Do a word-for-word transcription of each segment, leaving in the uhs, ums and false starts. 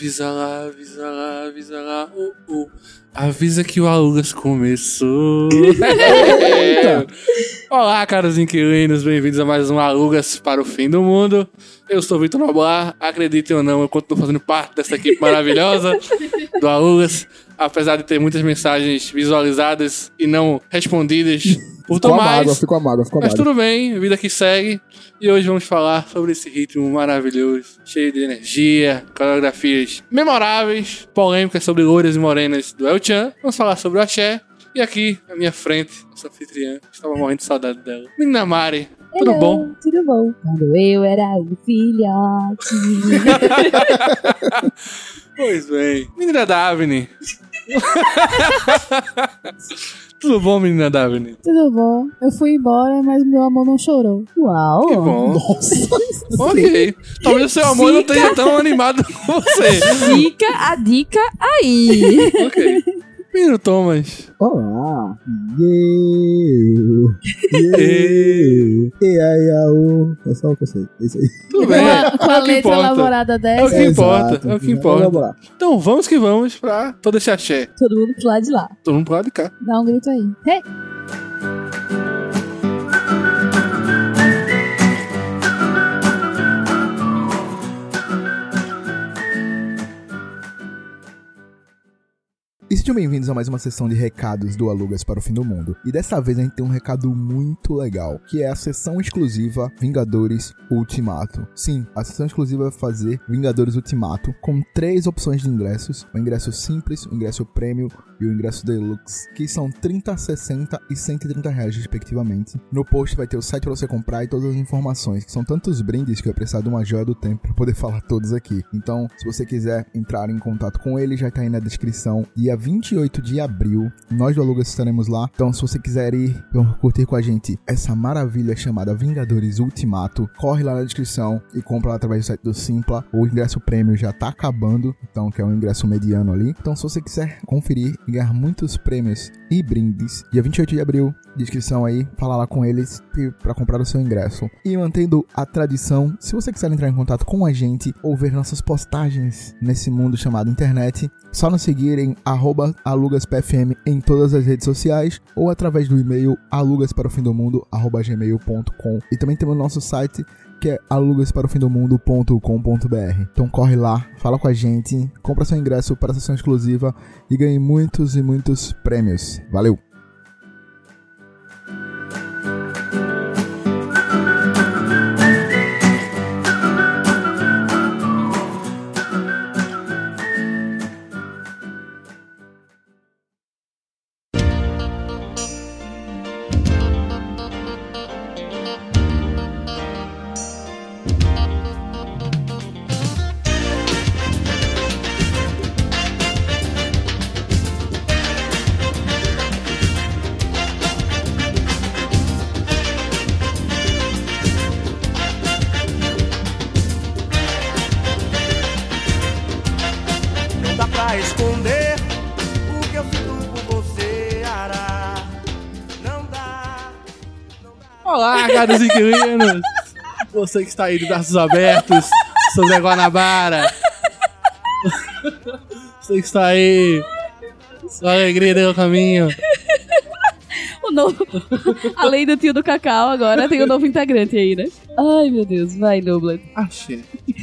Avisa lá, avisa lá, avisa lá, uh, uh. Avisa que o Alugas começou. Olá, caros inquilinos, bem-vindos a mais um Alugas para o Fim do Mundo. Eu sou Vitor Noblar, acreditem ou não, eu continuo fazendo parte dessa equipe maravilhosa do Alugas, apesar de ter muitas mensagens visualizadas e não respondidas por Tomás. Ficou amável, ficou Mas amável. tudo bem, a vida que segue. E hoje vamos falar sobre esse ritmo maravilhoso, cheio de energia, coreografias memoráveis, polêmicas sobre loiras e morenas do El-Chan. Vamos falar sobre o axé. E aqui, à minha frente, nossa anfitriã, estava morrendo de saudade dela. Menina Mari, tudo Hello, bom? Tudo bom. Quando eu era um filhote. Pois bem. Menina Davine. Tudo bom, menina Davine? Tudo bom. Eu fui embora, mas meu amor não chorou. Uau. Que bom. Nossa. Ok. Talvez o seu amor não esteja tão animado com você. Fica a dica aí. Ok. Menino Thomas. Olá. Yeah. Yeah. E aí, aô. É só o que eu sei. É isso aí. Tudo Com bem. a, com a É o que letra importa. elaborada É o dessa. que importa. Exato. É o que Vamos importa. lá. Então vamos que vamos pra todo esse axé. Todo mundo pro lado de lá. Todo mundo pro lado de cá. Dá um grito aí. Hey. E sejam bem-vindos a mais uma sessão de recados do Alugas para o Fim do Mundo. E dessa vez a gente tem um recado muito legal, que é a sessão exclusiva Vingadores Ultimato. Sim, a sessão exclusiva vai fazer Vingadores Ultimato com três opções de ingressos. O ingresso simples, o ingresso premium e o ingresso deluxe, que são trinta, sessenta e cento e trinta reais respectivamente. No post vai ter o site para você comprar e todas as informações, que são tantos brindes que eu ia precisar de uma joia do tempo para poder falar todos aqui. Então, se você quiser entrar em contato com ele, já tá aí na descrição. Dia vinte e oito de abril, nós do Alugas estaremos lá. Então, se você quiser ir curtir com a gente essa maravilha chamada Vingadores Ultimato, corre lá na descrição e compra lá através do site do Simpla. O ingresso prêmio já tá acabando, então que é um ingresso mediano ali. Então, se você quiser conferir e ganhar muitos prêmios e brindes, dia vinte e oito de abril, descrição aí, fala lá com eles para comprar o seu ingresso. E mantendo a tradição, se você quiser entrar em contato com a gente ou ver nossas postagens nesse mundo chamado internet, só nos seguir em arroba alugaspfm em todas as redes sociais ou através do e-mail alugasparofimdomundo arroba gmail ponto com. E também temos o nosso site, que é alugasparofimdomundo ponto com ponto br. Então corre lá, fala com a gente, compra seu ingresso para a sessão exclusiva e ganhe muitos e muitos prêmios. Valeu! Esconder o que eu sinto por você, Ara. Não dá, não dá. Olá, caros inquilinos. Você que está aí de braços abertos, São Zé Guanabara. Você que está aí, sua alegria deu o caminho. O novo... Além do tio do Cacau, agora tem o novo integrante aí, né? Ai, meu Deus. Vai, Noblet. Axé.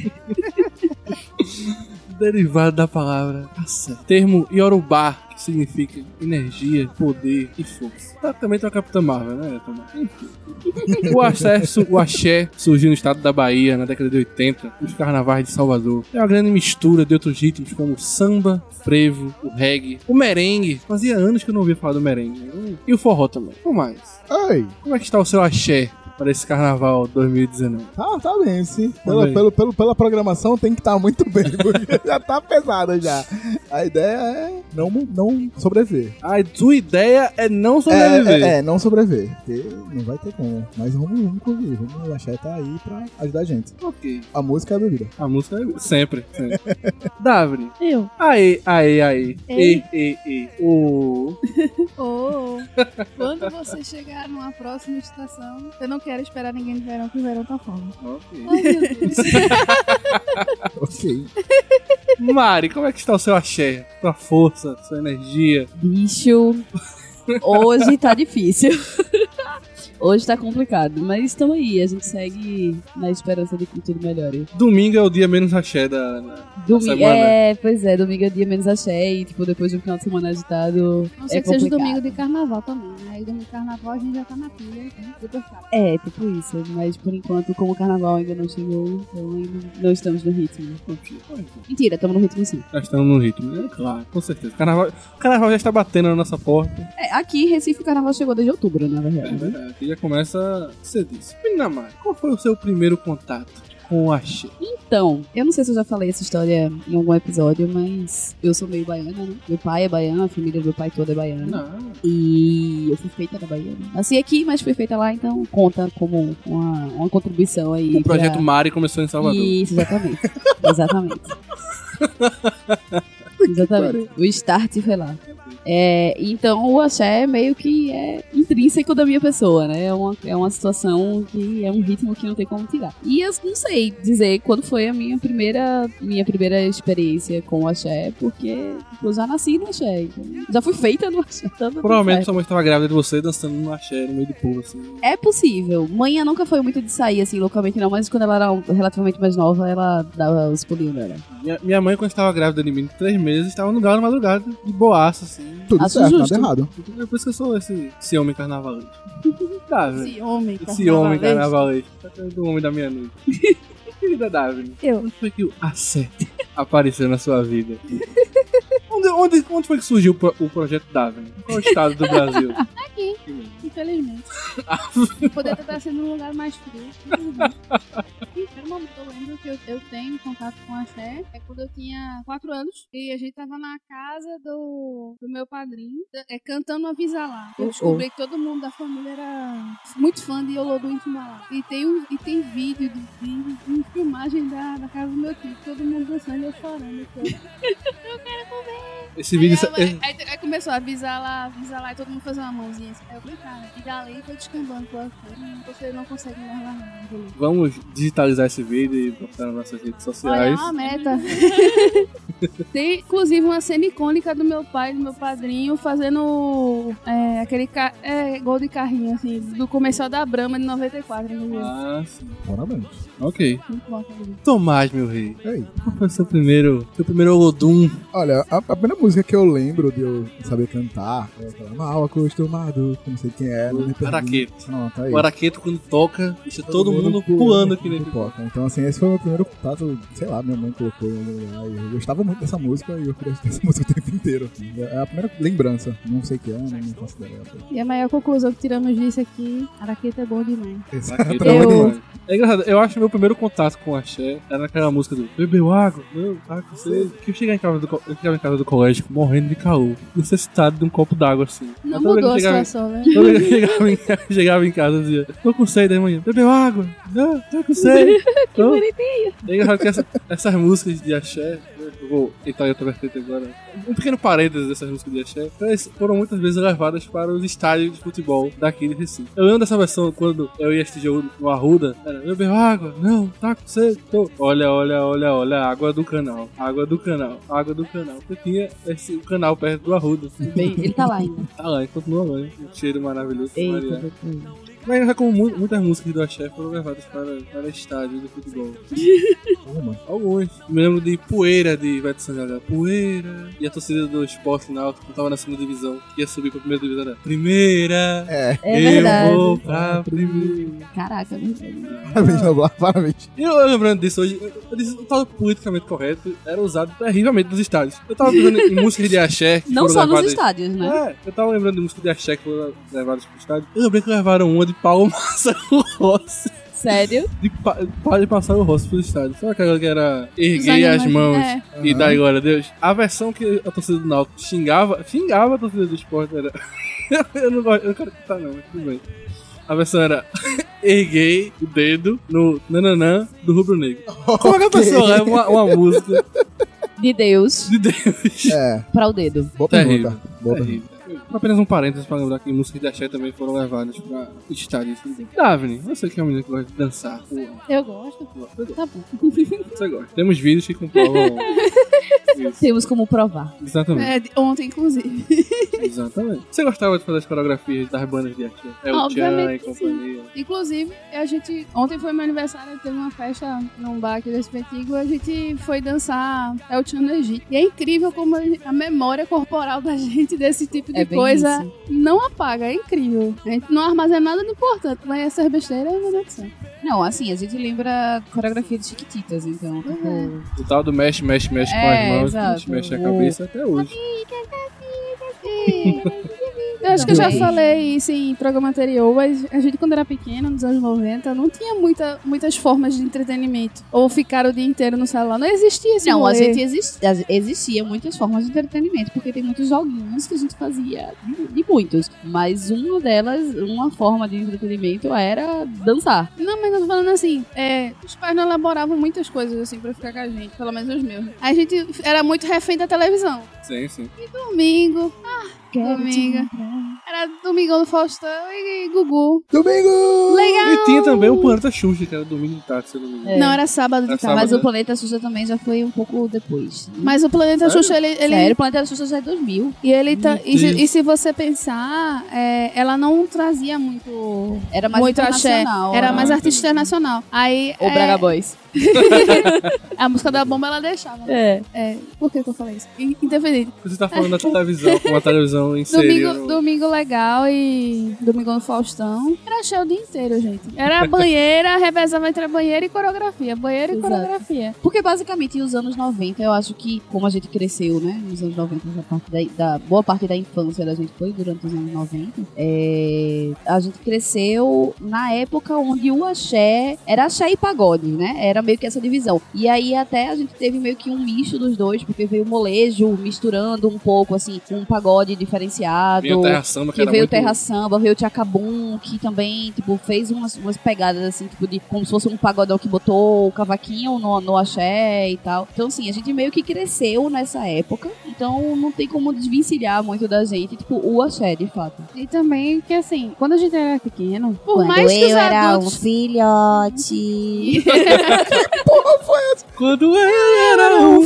Derivado da palavra axé. Termo Yorubá, que significa energia, poder e força. Tá, também tem a Capitã Marvel, né, Tomás? Enfim. O axé, o axé surgiu no estado da Bahia na década de oitenta, nos carnavais de Salvador. É uma grande mistura de outros ritmos como o samba, o frevo, o reggae, o merengue. Fazia anos que eu não ouvia falar do merengue. Né? E o forró também. O mais? Oi! Como é que está o seu axé para esse carnaval dois mil e dezenove? Ah, tá bem, sim. Tá Pela, bem. pelo, pelo, pela programação tem que estar muito bem, porque já tá pesada já. A ideia é não, não sobreviver. A tua ideia é não É, sobreviver. é, é, não sobreviver. Porque não vai ter como. Mas vamos, vamos convir. Vamos, o axé tá aí pra ajudar a gente. Ok. A música é a bebida. A música é sempre, sempre. Davine. Eu. Aí, aí, aí. Ei. E, e, e. O. Oh, quando você chegar numa próxima estação, eu não quero esperar ninguém de verão, que o verão tá fome. Ok. Ai, meu Deus. Ok. Mari, como é que está o seu axé? Sua força, sua energia? Bicho, hoje tá difícil. Hoje tá complicado, mas estamos aí. A gente segue na esperança de que tudo melhore. Domingo é o dia menos axé da, da Domingo, semana. é, pois é, domingo é o dia menos axé e, tipo, depois de um final de semana agitado, Não sei é que seja complicado. domingo de carnaval também, né? Aí domingo de carnaval a gente já tá na pilha, então super fácil. É, tipo isso, mas por enquanto, como o carnaval ainda não chegou, então ainda não estamos no ritmo. Mentira, estamos no ritmo sim. Já estamos no ritmo, é claro, com certeza. Carnaval, carnaval já está batendo na nossa porta. É, aqui em Recife o carnaval chegou desde outubro, na É verdade. verdade. E já começa cedíssimo. Menina Mari, qual foi o seu primeiro contato com o axé? Então, eu não sei se eu já falei essa história em algum episódio, mas eu sou meio baiana, né? Meu pai é baiano, a família do meu pai toda é baiana. Não. E eu fui feita na Bahia. Nasci aqui, mas fui feita lá, então conta como uma, uma contribuição aí. O projeto pra... Mari começou em Salvador. Isso, exatamente. exatamente. Exatamente. O start foi lá. É, então o axé meio que é intrínseco da minha pessoa, né? É uma, é uma situação que é um ritmo que não tem como tirar. E eu não sei dizer quando foi a minha primeira, minha primeira experiência com o axé, porque eu já nasci no axé. Então, já fui feita no axé. Então tá Provavelmente tudo sua mãe estava grávida de você dançando no axé no meio do povo, assim. É possível. Mãe nunca foi muito de sair assim loucamente, não, mas quando ela era relativamente mais nova, ela dava os pulinhos dela. Minha, minha mãe, quando estava grávida de mim, três meses, estava no lugar na madrugada, de boaça, assim. Tudo Acho certo, justo. nada errado. É por isso que eu sou esse, esse homem carnavalesco. Tá, velho. Esse homem, Esse homem carnavalesco. Tá sendo o homem da minha noite. Querida Daphne, Eu. onde foi que o axé apareceu na sua vida? Onde, onde, onde foi que surgiu o, pro, o projeto Daphne? Qual estado do Brasil? Aqui, infelizmente. Poderia estar sendo um lugar mais frio. Primeiro momento eu lembro que eu, eu tenho contato com a Axé é quando eu tinha quatro anos e a gente tava na casa do, do meu padrinho é, cantando Avisa Lá. Eu descobri que todo mundo da família era muito fã de Olodum e Timbalá. E tem, um, e tem vídeo de vídeo, de filmagem da, da casa do meu tio, todo mundo dançando e eu chorando. Eu, eu quero comer. Esse vídeo... Aí, esse- aí, aí começou a avisar lá, avisar lá, e todo mundo fazendo uma mãozinha assim. Aí eu falei, cara, e dali foi descambando pro Axé. Hum, Você não consegue mais largar, não. Vamos digitalizar esse vídeo e botar nas nossas redes Olha, sociais. é uma meta. Tem, inclusive, uma cena icônica do meu pai, do meu padrinho, fazendo é, aquele ca- é, gol de carrinho, assim, do comercial da Brahma de noventa e quatro, inclusive. Ah, sim. Parabéns. Ok. Muito bom, inclusive. Tomás, meu rei. Ei. Qual foi o seu primeiro, seu primeiro Olodum? Olha, a, a primeira música que eu lembro de eu saber cantar é aquela Mal Acostumado, que eu não sei quem é, não me pergunte. Araqueto. Não, tá aí. O Araqueto, quando toca, deixa todo, mundo pulando aqui dentro. pipoca. Então, assim, esse foi o meu primeiro contato, sei lá, minha mãe colocou em algum lugar. E eu gostava muito dessa música e eu queria escutar essa música o tempo inteiro. Assim. É a primeira lembrança. Não sei o que é, não, não faço ideia. E a maior conclusão que tiramos disso aqui, Araqueta é bom demais. Araqueto Eu- é bom demais. É engraçado, eu acho que meu primeiro contato com o axé era naquela música do Bebeu água? Não, tá com sede. Que eu chegava em casa do, co- eu chegava em casa do colégio morrendo de calor, necessitado de um copo d'água assim. Não Aí toda vez mudou a que eu chegava, situação, né? toda vez que eu chegava em, casa- chegava em casa, eu dizia, tô com sede aí, manhã. Bebeu água? Não, tô com sede. Que bonitinho. É engraçado que essa- essas músicas de axé, né, eu vou entrar em outra vertente agora. Um pequeno parênteses dessas músicas de axé, elas foram muitas vezes levadas para os estádios de futebol daqui de Recife. Eu lembro dessa versão quando eu ia assistir jogo no Arruda, era, bebeu água? Não, tá com sede. Tô. Olha, olha, olha, olha, água do canal, água do canal, água do canal. Eu tinha esse, o canal perto do Arruda. Bem, ele tá lá ainda. Tá lá, e continua lá, hein? Um cheiro maravilhoso. Eita, Maria. doutor. Mas é como mu- muitas músicas do axé foram levadas para, para estádios de futebol. Uma. Alguns. Me lembro de Poeira, de Ivete Sangalo. Poeira. E a torcida do Esporte Náutico, que tava na segunda divisão, que ia subir pra primeira divisão, era Primeira. É. É eu verdade. vou pra primeira. Caraca, é verdade. Parabéns, Noblar, parabéns. E eu lembrando disso hoje, eu, eu disse, o tal politicamente correto era usado terrivelmente nos estádios. Eu tava pensando em músicas de axé que Não foram só nos levadas- estádios, né? É, eu tava lembrando de músicas de axé que foram levadas pro estádio. Eu lembrei que levaram uma de Paulo Marcelo Rossi. Sério? De, pa, de passar o rosto pro estádio. Sabe aquela que era erguei Os as animais- mãos é. e Aham. dar glória a Deus? A versão que a torcida do Náutico xingava, xingava a torcida do esporte era... eu, não gosto, eu não quero cantar não, mas tudo bem. A versão era erguei o dedo no nananã do Rubro Negro. Como é que a pessoa leva uma, uma música De Deus de Deus? É, pra o dedo. boa Terrível. pergunta. Boa pergunta. Terrível. Apenas um parênteses pra lembrar que músicas de axé também foram levadas pra estádios. Daphne, você que é uma menina que gosta de dançar. Porra. Eu gosto. Você gosta. Tá bom. Você gosta. Temos vídeos que comprovam Isso. Temos como provar. Exatamente. É, de- ontem, inclusive. Exatamente. Você gostava de fazer as coreografias das bandas de axé? É o Tchan Obviamente e que companhia. Inclusive, a gente. Ontem foi meu aniversário, teve uma festa num bar aqui desse Petigo. A gente foi dançar El Chan no Egito. E é incrível como a a memória corporal da gente desse tipo de É bem coisa isso. não apaga. É incrível. A gente não armazena nada de importante, mas essas besteiras não dá certo. Não, assim, a gente lembra a coreografia de Chiquititas, então, tipo... O tal do mexe, mexe, mexe com É, as mãos, exato. mexe, mexe a cabeça até hoje. Eu acho que eu já Também. falei isso em programa anterior, mas a gente, quando era pequena, nos anos noventa, não tinha muita, muitas formas de entretenimento. Ou ficar o dia inteiro no celular. Não existia esse Não, a rolê. gente exist... as- existia muitas formas de entretenimento, porque tem muitos joguinhos que a gente fazia, de, de muitos. Mas uma delas, uma forma de entretenimento era dançar. Não, mas eu tô falando assim, é, os pais não elaboravam muitas coisas assim pra ficar com a gente, pelo menos os meus. A gente era muito refém da televisão. Sim, sim. Domingo, domingo. Era Domingão do Faustão e Gugu. Domingo! Legal! E tinha também o Planeta Xuxa, que era domingo de tarde, se eu não me engano. É. Não, era sábado de Era tarde. Mas sábado. o Planeta Xuxa também já foi um pouco depois. Mas o Planeta Sério? Xuxa, ele... ele Sério, o Planeta Xuxa já é dois mil. E ele tá, Meu e, se, Deus. e se você pensar, é, ela não trazia muito, Era mais muito axé. internacional. Era né? mais Ah, artista internacional. Aí Ou é, Braga Boys. a música da bomba ela deixava. né? É. É, por que, que eu falei isso? In- Independente. Você tá falando da televisão, como a televisão inseriu Domingo, no... domingo legal e Domingo no Faustão. Era show o dia inteiro, gente. Era banheira, revezava entre a banheira e coreografia. Banheira e Exato. coreografia. Porque basicamente nos anos noventa, eu acho que, como a gente cresceu, né? Nos anos noventa, essa parte da, da- boa parte da infância da gente foi durante os anos noventa. É, a gente cresceu na época onde o axé era axé e pagode, né? Era meio que essa divisão. E aí até a gente teve meio que um misto dos dois, porque veio o molejo misturando um pouco, assim, com um pagode diferenciado. Vinha Terra Samba, que, Que era veio o muito... Terra Samba, veio o Tchacabum, que também, tipo, fez umas, umas pegadas, assim, tipo, de como se fosse um pagodão que botou o cavaquinho no, no axé e tal. Então, assim, a gente meio que cresceu nessa época, então não tem como desvencilhar muito da gente, tipo, o axé, de fato. E também que, assim, quando a gente era pequeno, por Quando mais que eu os era adultos... um filhote... Quando eu era um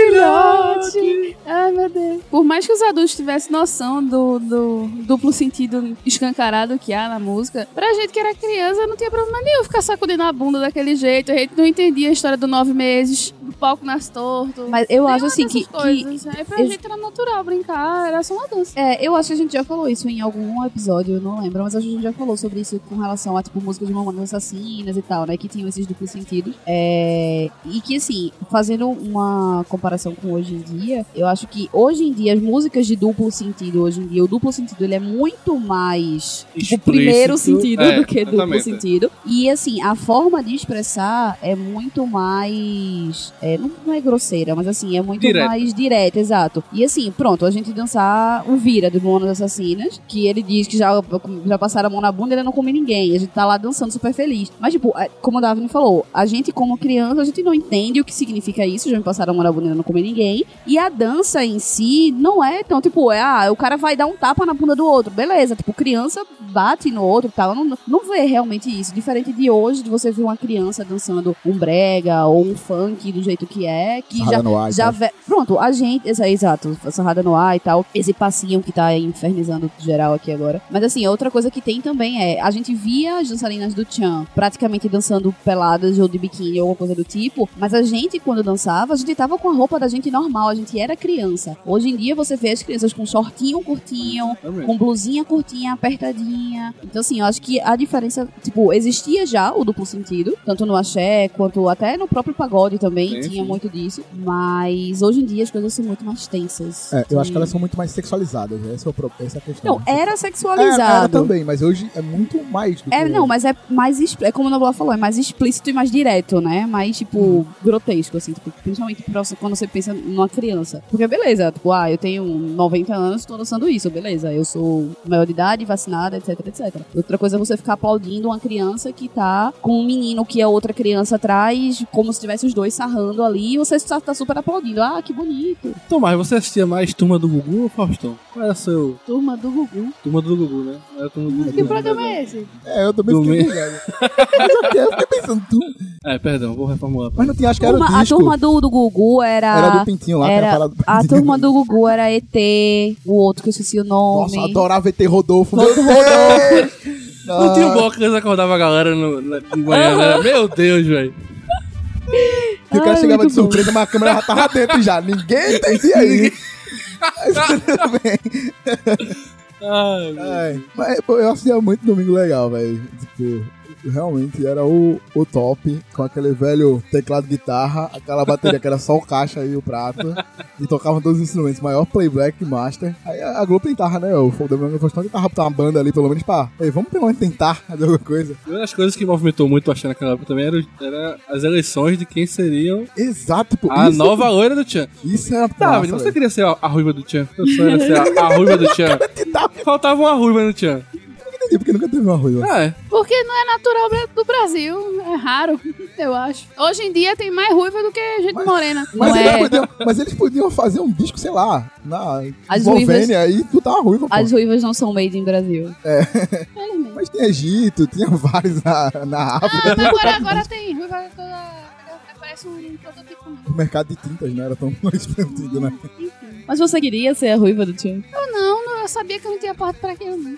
filhote... Ai, meu Deus. Por mais que os adultos tivessem noção do, do duplo sentido escancarado que há na música, pra gente que era criança não tinha problema nenhum ficar sacudindo a bunda daquele jeito. A gente não entendia a história do nove meses, do palco nas torto. Mas eu acho, Nenhuma assim, dessas que... que coisas. Aí pra ex- gente era natural brincar, era só uma dança. É, eu acho que a gente já falou isso em algum episódio, eu não lembro, mas a gente já falou sobre isso com relação a, tipo, música de Mamonas Assassinas e tal, né, que tinham esses duplos sentidos. É, e que, assim, fazendo uma comparação com hoje em dia, eu acho que hoje em dia as músicas de duplo sentido, hoje em dia, o duplo sentido, ele é muito mais, tipo, Explícito. primeiro sentido É, do que duplo exatamente. sentido. E, assim, a forma de expressar é muito mais, é, não, não é grosseira, mas, assim, é muito Direta. mais direta, exato. E, assim, pronto, a gente dançar o Vira, do Mamonas Assassinas, que ele diz que já, já passaram a mão na bunda e ele não come ninguém. A gente tá lá dançando super feliz. Mas, tipo, é, como o Davi falou, a gente, como criança, a gente não entende o que significa isso, já me passaram a mão na bunda e eu não comer ninguém. E a dança em si não é tão, tipo, é, ah, o cara vai dar um tapa na bunda do outro. Beleza, tipo, criança bate no outro e tal. Não, não vê realmente isso. Diferente de hoje, de você ver uma criança dançando um brega ou um funk do jeito que é, que Sarrada já, no ar e já tal. ve- pronto, a gente, exa- exato, sarrada no ar e tal, esse passinho que tá infernizando geral aqui agora. Mas assim, outra coisa que tem também é, a gente via as dançarinas do Tchan praticamente dançando peladas ou de biquíni ou alguma coisa do tipo, mas a gente, quando dançava, a gente tava com a roupa da gente normal, a gente era criança. Hoje em dia você vê as crianças com shortinho curtinho, Também. com blusinha curtinha, apertadinha. Então, assim, eu acho que a diferença, tipo, existia já o duplo sentido, tanto no axé quanto até no próprio pagode também, Sim, tinha sim. muito disso. Mas hoje em dia as coisas são muito mais tensas. É, eu acho E- que elas são muito mais sexualizadas. Essa é, o pro- essa é a questão. Não, era É, era sexualizado. também, mas hoje é muito mais do que... É, não, mas é mais, exp- é como a Noblar falou, é mais explícito e mais direto, né? Mais, tipo, Uhum. grotesco, assim, tipo, principalmente pra você- quando você pensa numa criança. Porque, beleza, tipo, ah, eu tenho noventa anos, tô dançando isso, beleza, eu sou maior de idade, vacinada, etc, etcétera. Outra coisa é você ficar aplaudindo uma criança que tá com um menino que a outra criança atrás, como se tivesse os dois sarrando passando ali e você tá, tá super aplaudindo. Ah, que bonito. Tomás, você assistia mais Turma do Gugu ou Faustão? Qual era seu... Turma do Gugu. Turma do Gugu, né? Era Turma do Gugu. Que programa é esse? É, eu também Do fiquei me- ligado. Eu fiquei- eu fiquei pensando, tu... É, perdão, vou reformular. Mas não tinha, acho que era o Turma- a disco. turma do, do Gugu era... Era do Pintinho lá, que era- era parado do A Pintinho. turma do Gugu era E T, o outro que eu esqueci o nome. Nossa, adorava E T Rodolfo. Todo Meu Deus! Não tinha um Ah, bloco que eles acordavam a galera no, na, de manhã, né? Meu Deus, velho. que o cara Ai, chegava muito de surpresa, mas a câmera já tava dentro já. Ninguém entendia aí. Mas tudo bem. Ai, meu Ai, mas pô, eu assistia muito Domingo Legal, velho. Tipo, realmente era o, o top, com aquele velho teclado de guitarra, aquela bateria que era só o caixa e o prato, e tocavam todos os instrumentos, maior playback e master. Aí a a Globo tentava, né? O Domingo Faustão tentava botar uma banda ali, pelo menos, pra. Ei, vamos pelo menos tentar fazer alguma coisa. Uma das coisas que movimentou muito a Tchan naquela época também era, era as eleições de quem seriam Exato, pô. a isso, nova loira do Tchan. Isso era Tá, massa, menino, você velho. queria ser a, a ruiva do Tchan? Eu sonho era ser a, a ruiva do Tchan. Faltava uma ruiva no Tchan. Não entendi, porque nunca teve uma ruiva. Ah, é. Porque não é natural do Brasil. É raro, eu acho. Hoje em dia tem mais ruiva do que gente morena. Mas, Não eles é. podiam, mas eles podiam fazer um disco, sei lá, na As Eslovênia, aí tu tá uma ruiva, pô. As ruivas não são made in Brasil. Mas tem Egito, tinha vários na, na África. Ah, agora, agora tem ruiva toda... Parece um prototipo. O mercado de tintas não era tão expandido, né? Mas você queria ser a ruiva do Tchan? Eu não, não, eu sabia que eu não tinha porta pra aquilo, não.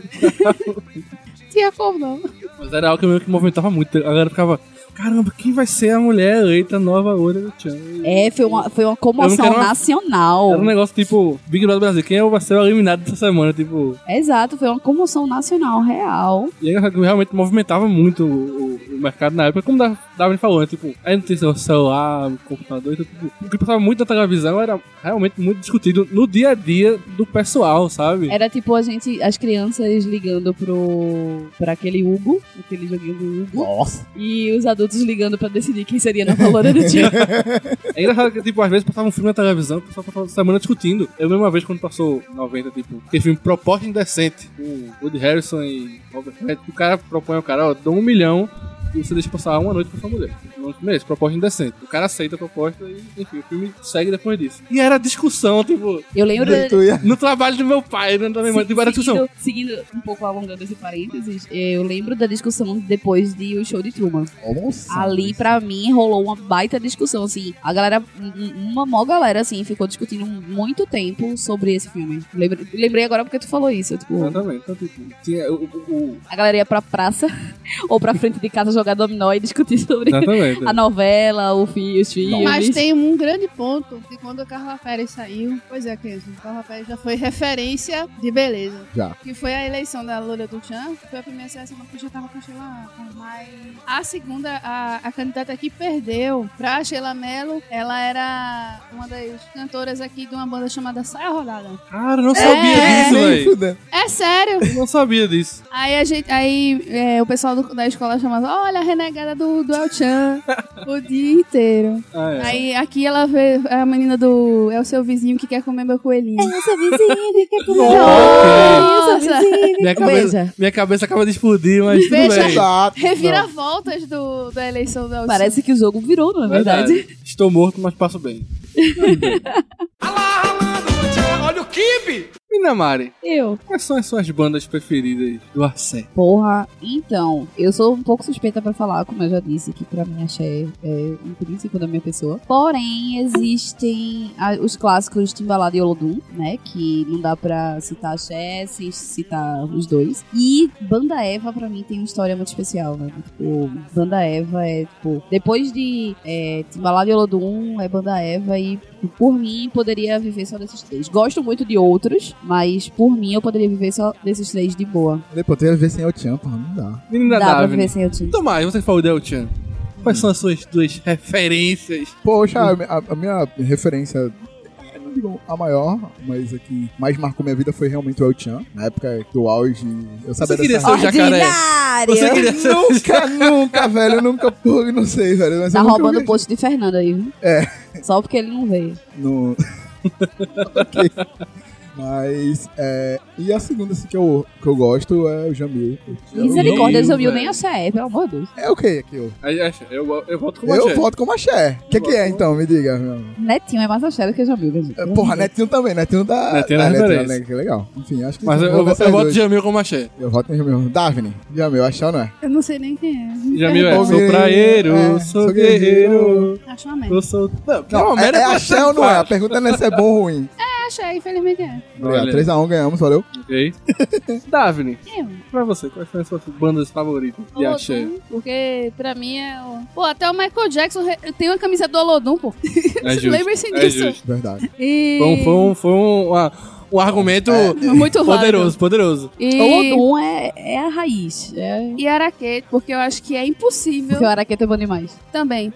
Tinha como, não. Mas era algo que meio que movimentava muito. A galera ficava, caramba, quem vai ser a mulher eleita nova loira do Tchan? É, foi uma, foi uma Eu comoção não quero uma- nacional. Era um negócio tipo, Big Brother Brasil, quem vai ser o eliminado dessa semana? Tipo, Exato, foi uma comoção nacional real. e aí realmente movimentava muito o, o mercado na época, como da Davi falou, né? Tipo, aí não tem seu celular, computador, então, tipo, o que passava muito na televisão era realmente muito discutido no dia a dia do pessoal, sabe? Era tipo a gente, as crianças ligando pro pra aquele Hugo, aquele joguinho do Hugo, Nossa. e os adultos ligando pra decidir quem seria a nova loira do Tchan. É engraçado que, tipo, às vezes passava um filme na televisão, o pessoal passava a semana discutindo. Eu lembro uma vez quando passou noventa, tipo, aquele filme Proposta Indecente, com Woody Harrison e Robert Redford, o cara propõe ao cara, ó, dou um milhão e você deixa passar uma noite com sua mulher. No filme é esse, Proposta Indecente. O cara aceita a proposta e, enfim, o filme segue depois disso. E era discussão, tipo, Eu lembro da, Tu ia... no trabalho do meu pai, não da minha mãe, tipo, era discussão. seguindo, seguindo um pouco alongando esse parênteses, eu lembro da discussão depois de O Show de Truman. Nossa. Ali, pra mim, rolou uma baita discussão, assim. A galera, um- uma mó galera, assim, ficou discutindo muito tempo sobre esse filme. Lembrei, lembrei agora porque tu falou isso, tipo... Exatamente. Então, tipo, tinha o, o, o- A galera ia pra praça ou pra frente de casa jogar dominó e discutir sobre Exatamente. a novela, o fi, os filmes. Mas tem um grande ponto de quando o Carla Pérez saiu. Pois é, Kenzo, o Carla Pérez já foi referência de beleza. Já. Que foi a eleição da Loura do Tchan, que foi a primeira seleção que já tava com a Sheila. Mas a segunda, a, a candidata que perdeu pra Sheila Mello, ela era uma das cantoras aqui de uma banda chamada Saia Rodada. Cara, eu não sabia É, disso, Nem velho. fudendo. É sério! Eu não sabia disso. Aí a gente, aí é, o pessoal do- da escola chamava, olha a renegada do, do El Chan o dia inteiro. Ah, é. Aí aqui ela vê a menina do é o seu vizinho que quer comer meu coelhinho. É o seu vizinho que quer comer. Nossa! Minha cabeça, Beija. minha cabeça acaba de explodir, mas tudo Veja. bem. Exato. Reviravoltas do, da eleição do El Chan. Parece que o jogo virou, não é verdade? Estou morto, mas passo bem. Olha o kibe! Mina Mari, Eu. quais são as suas bandas preferidas do Arcé? Porra, então, eu sou um pouco suspeita pra falar, como eu já disse, que pra mim axé é intrínseco da minha pessoa. Porém, existem ah, os clássicos Timbalada e Olodum, né, que não dá pra citar axé sem citar os dois. E Banda Eva, pra mim, tem uma história muito especial, né? Tipo, Banda Eva é, tipo, depois de é, Timbalada e Olodum, é Banda Eva e, por mim, poderia viver só desses três. Gosto muito de outros, mas por mim, eu poderia viver só desses três de boa. Depois eu ia ver sem El Chan, porra, não dá. Menina Dá pra Davine. viver sem eu time. Tomás, você falou de El Chan. Quais são as suas duas referências? Poxa, a, a- a minha referência, eu não digo a maior, mas a que mais marcou minha vida foi realmente o El Chan. Na época do auge, eu sabia Você queria dessa... ser o jacaré? Ordinário! Você queria ser o Nunca, nunca, velho, eu nunca, porra, eu não sei, velho. Mas Tá eu nunca roubando o vi- post de Fernando aí, viu? É. Só porque ele não veio. No... Ok. Mas, é... E a segunda, assim, que eu, que eu gosto é o Jamil. Misericórdia, Jamil, Jamil velho. nem axé, pelo amor de Deus. É o que aqui, ó? Aí, Axé, eu, eu volto com o Eu Axé. voto como axé. O que, que é, então? Me diga, meu amor. Netinho é mais axé do que Jamil, né, gente? É, Porra, Netinho também, Netinho da... Netinho da ah, referência. né, que legal. Enfim, acho que... Mas eu, vou eu, dessas eu voto duas. Jamil como Axé. Eu voto em Jamil. Davine, Jamil, axé ou não é? Eu não sei nem quem é. Jamil é, Ô, sou meu, praieiro, é, sou sou guerreiro, Acho uma merda. eu sou... Não, que Não, uma é, merda é pra axé ser ou não é? A fácil. pergunta não é se é bom ou ruim. É, achei, infelizmente é. Obrigado. Olha. três a um, ganhamos, valeu. Ok. Daphne, Eu. pra você, quais são as suas bandas favoritas de Axé? Olodum, porque pra mim é o... Pô, até o Michael Jackson re- tem uma camisa do Olodum, pô. É justo, Lembre-se é disso. justo. Verdade. E... Foi um, foi um, foi um, uma- um argumento Muito válido. poderoso, poderoso. E... O Odum é, é a raiz. É... E Araquete, porque eu acho que é impossível Porque o Araqueta é bom demais. também.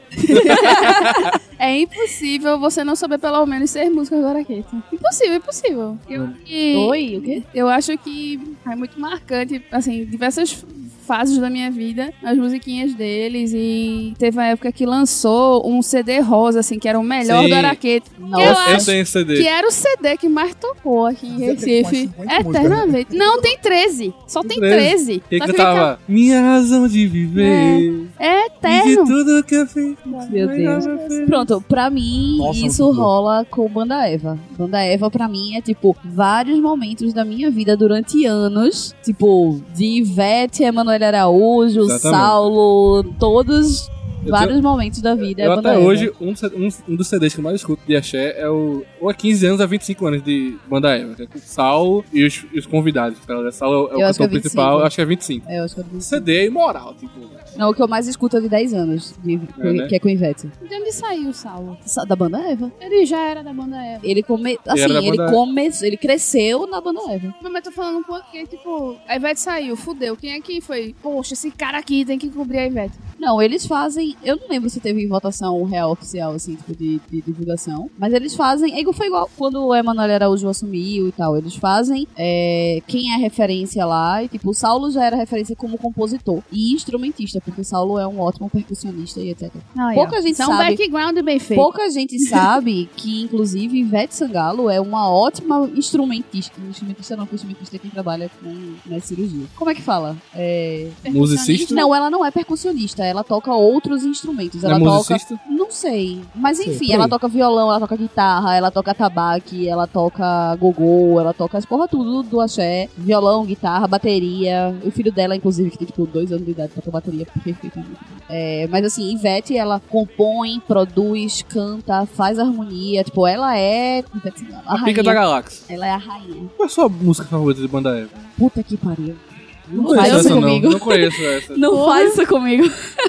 É impossível você não saber pelo menos seis músicas do Araquete. Impossível, impossível. Eu, e- Oi, o quê? eu acho que é muito marcante, assim, diversas fases da minha vida, as musiquinhas deles, e teve uma época que lançou um C D rosa, assim, que era o melhor Sim. do Araquete. Nossa. Eu Eu acho tenho C D. que era o C D que mais tocou aqui em Você tem umas Recife, cinquenta eternamente. Não, tem treze. Só tem treze. treze. Que Só que cantava Minha razão de viver. É E de eterno. tudo que eu fiz. Meu Deus. Pronto, pra mim, Nossa, isso muito bom. rola com Banda Eva. Banda Eva, pra mim, é tipo, vários momentos da minha vida durante anos. Tipo, de Ivete, Emanuel Araújo, Exatamente. Saulo, todos. Eu Vários momentos da vida Eu é Banda até Eva. hoje, um, um, um dos C Ds que eu mais escuto de Axé é o... Ou é quinze anos a vinte e cinco anos de Banda Eva. Que é com o Saulo e os, e os convidados. Tá? Saulo é o Eu acho que cantor é vinte e cinco. principal, eu acho que é vinte e cinco. É, eu acho que eu O C D é imoral, tipo... Não, o que eu mais escuto é de dez anos, de- É, né? que é com Ivete. De onde saiu o Saulo? Sa- Da Banda Eva. Ele já era da banda Eva. Ele come... assim, era da ele Banda- começou, ele cresceu na Banda Eva. Mas eu tô falando porque, tipo, a Ivete saiu, fudeu. Quem é que foi? Poxa, esse cara aqui tem que cobrir a Ivete. Não, eles fazem. Eu não lembro se teve votação real oficial, assim, tipo, de, de divulgação. Mas eles fazem. É igual, foi igual quando o Emanuel Araújo assumiu e tal. Eles fazem é, quem é referência lá. E, tipo, o Saulo já era referência como compositor e instrumentista, porque o Saulo é um ótimo percussionista e etcétera. Aí, Pouca ó. gente Isso é um sabe. background bem feito. Pouca gente sabe que, inclusive, Ivete Sangalo é uma ótima instrumentista. Instrumentista não, porque instrumentista é quem trabalha com né, cirurgia. Como é que fala? É... Musicista? Não, ela não é percussionista, ela toca outros instrumentos. Não Ela é toca. musicista? Não sei. Mas Sei, enfim, por ela aí. toca violão, ela toca guitarra, ela toca tabaque, ela toca gogô, ela toca as porra tudo do axé. Violão, guitarra, bateria. O filho dela, inclusive, que tem tipo dois anos de idade, toca bateria perfeito. É, mas assim, Ivete, ela compõe, produz, canta, faz harmonia. Tipo, ela é. Ivete Sangalo, a A pica rainha. da galáxia. Ela é a rainha. Qual é a sua música favorita de Banda Eva? Puta que pariu. Não, conheço faz isso essa, comigo. Não, não conheço essa. Não faz isso comigo.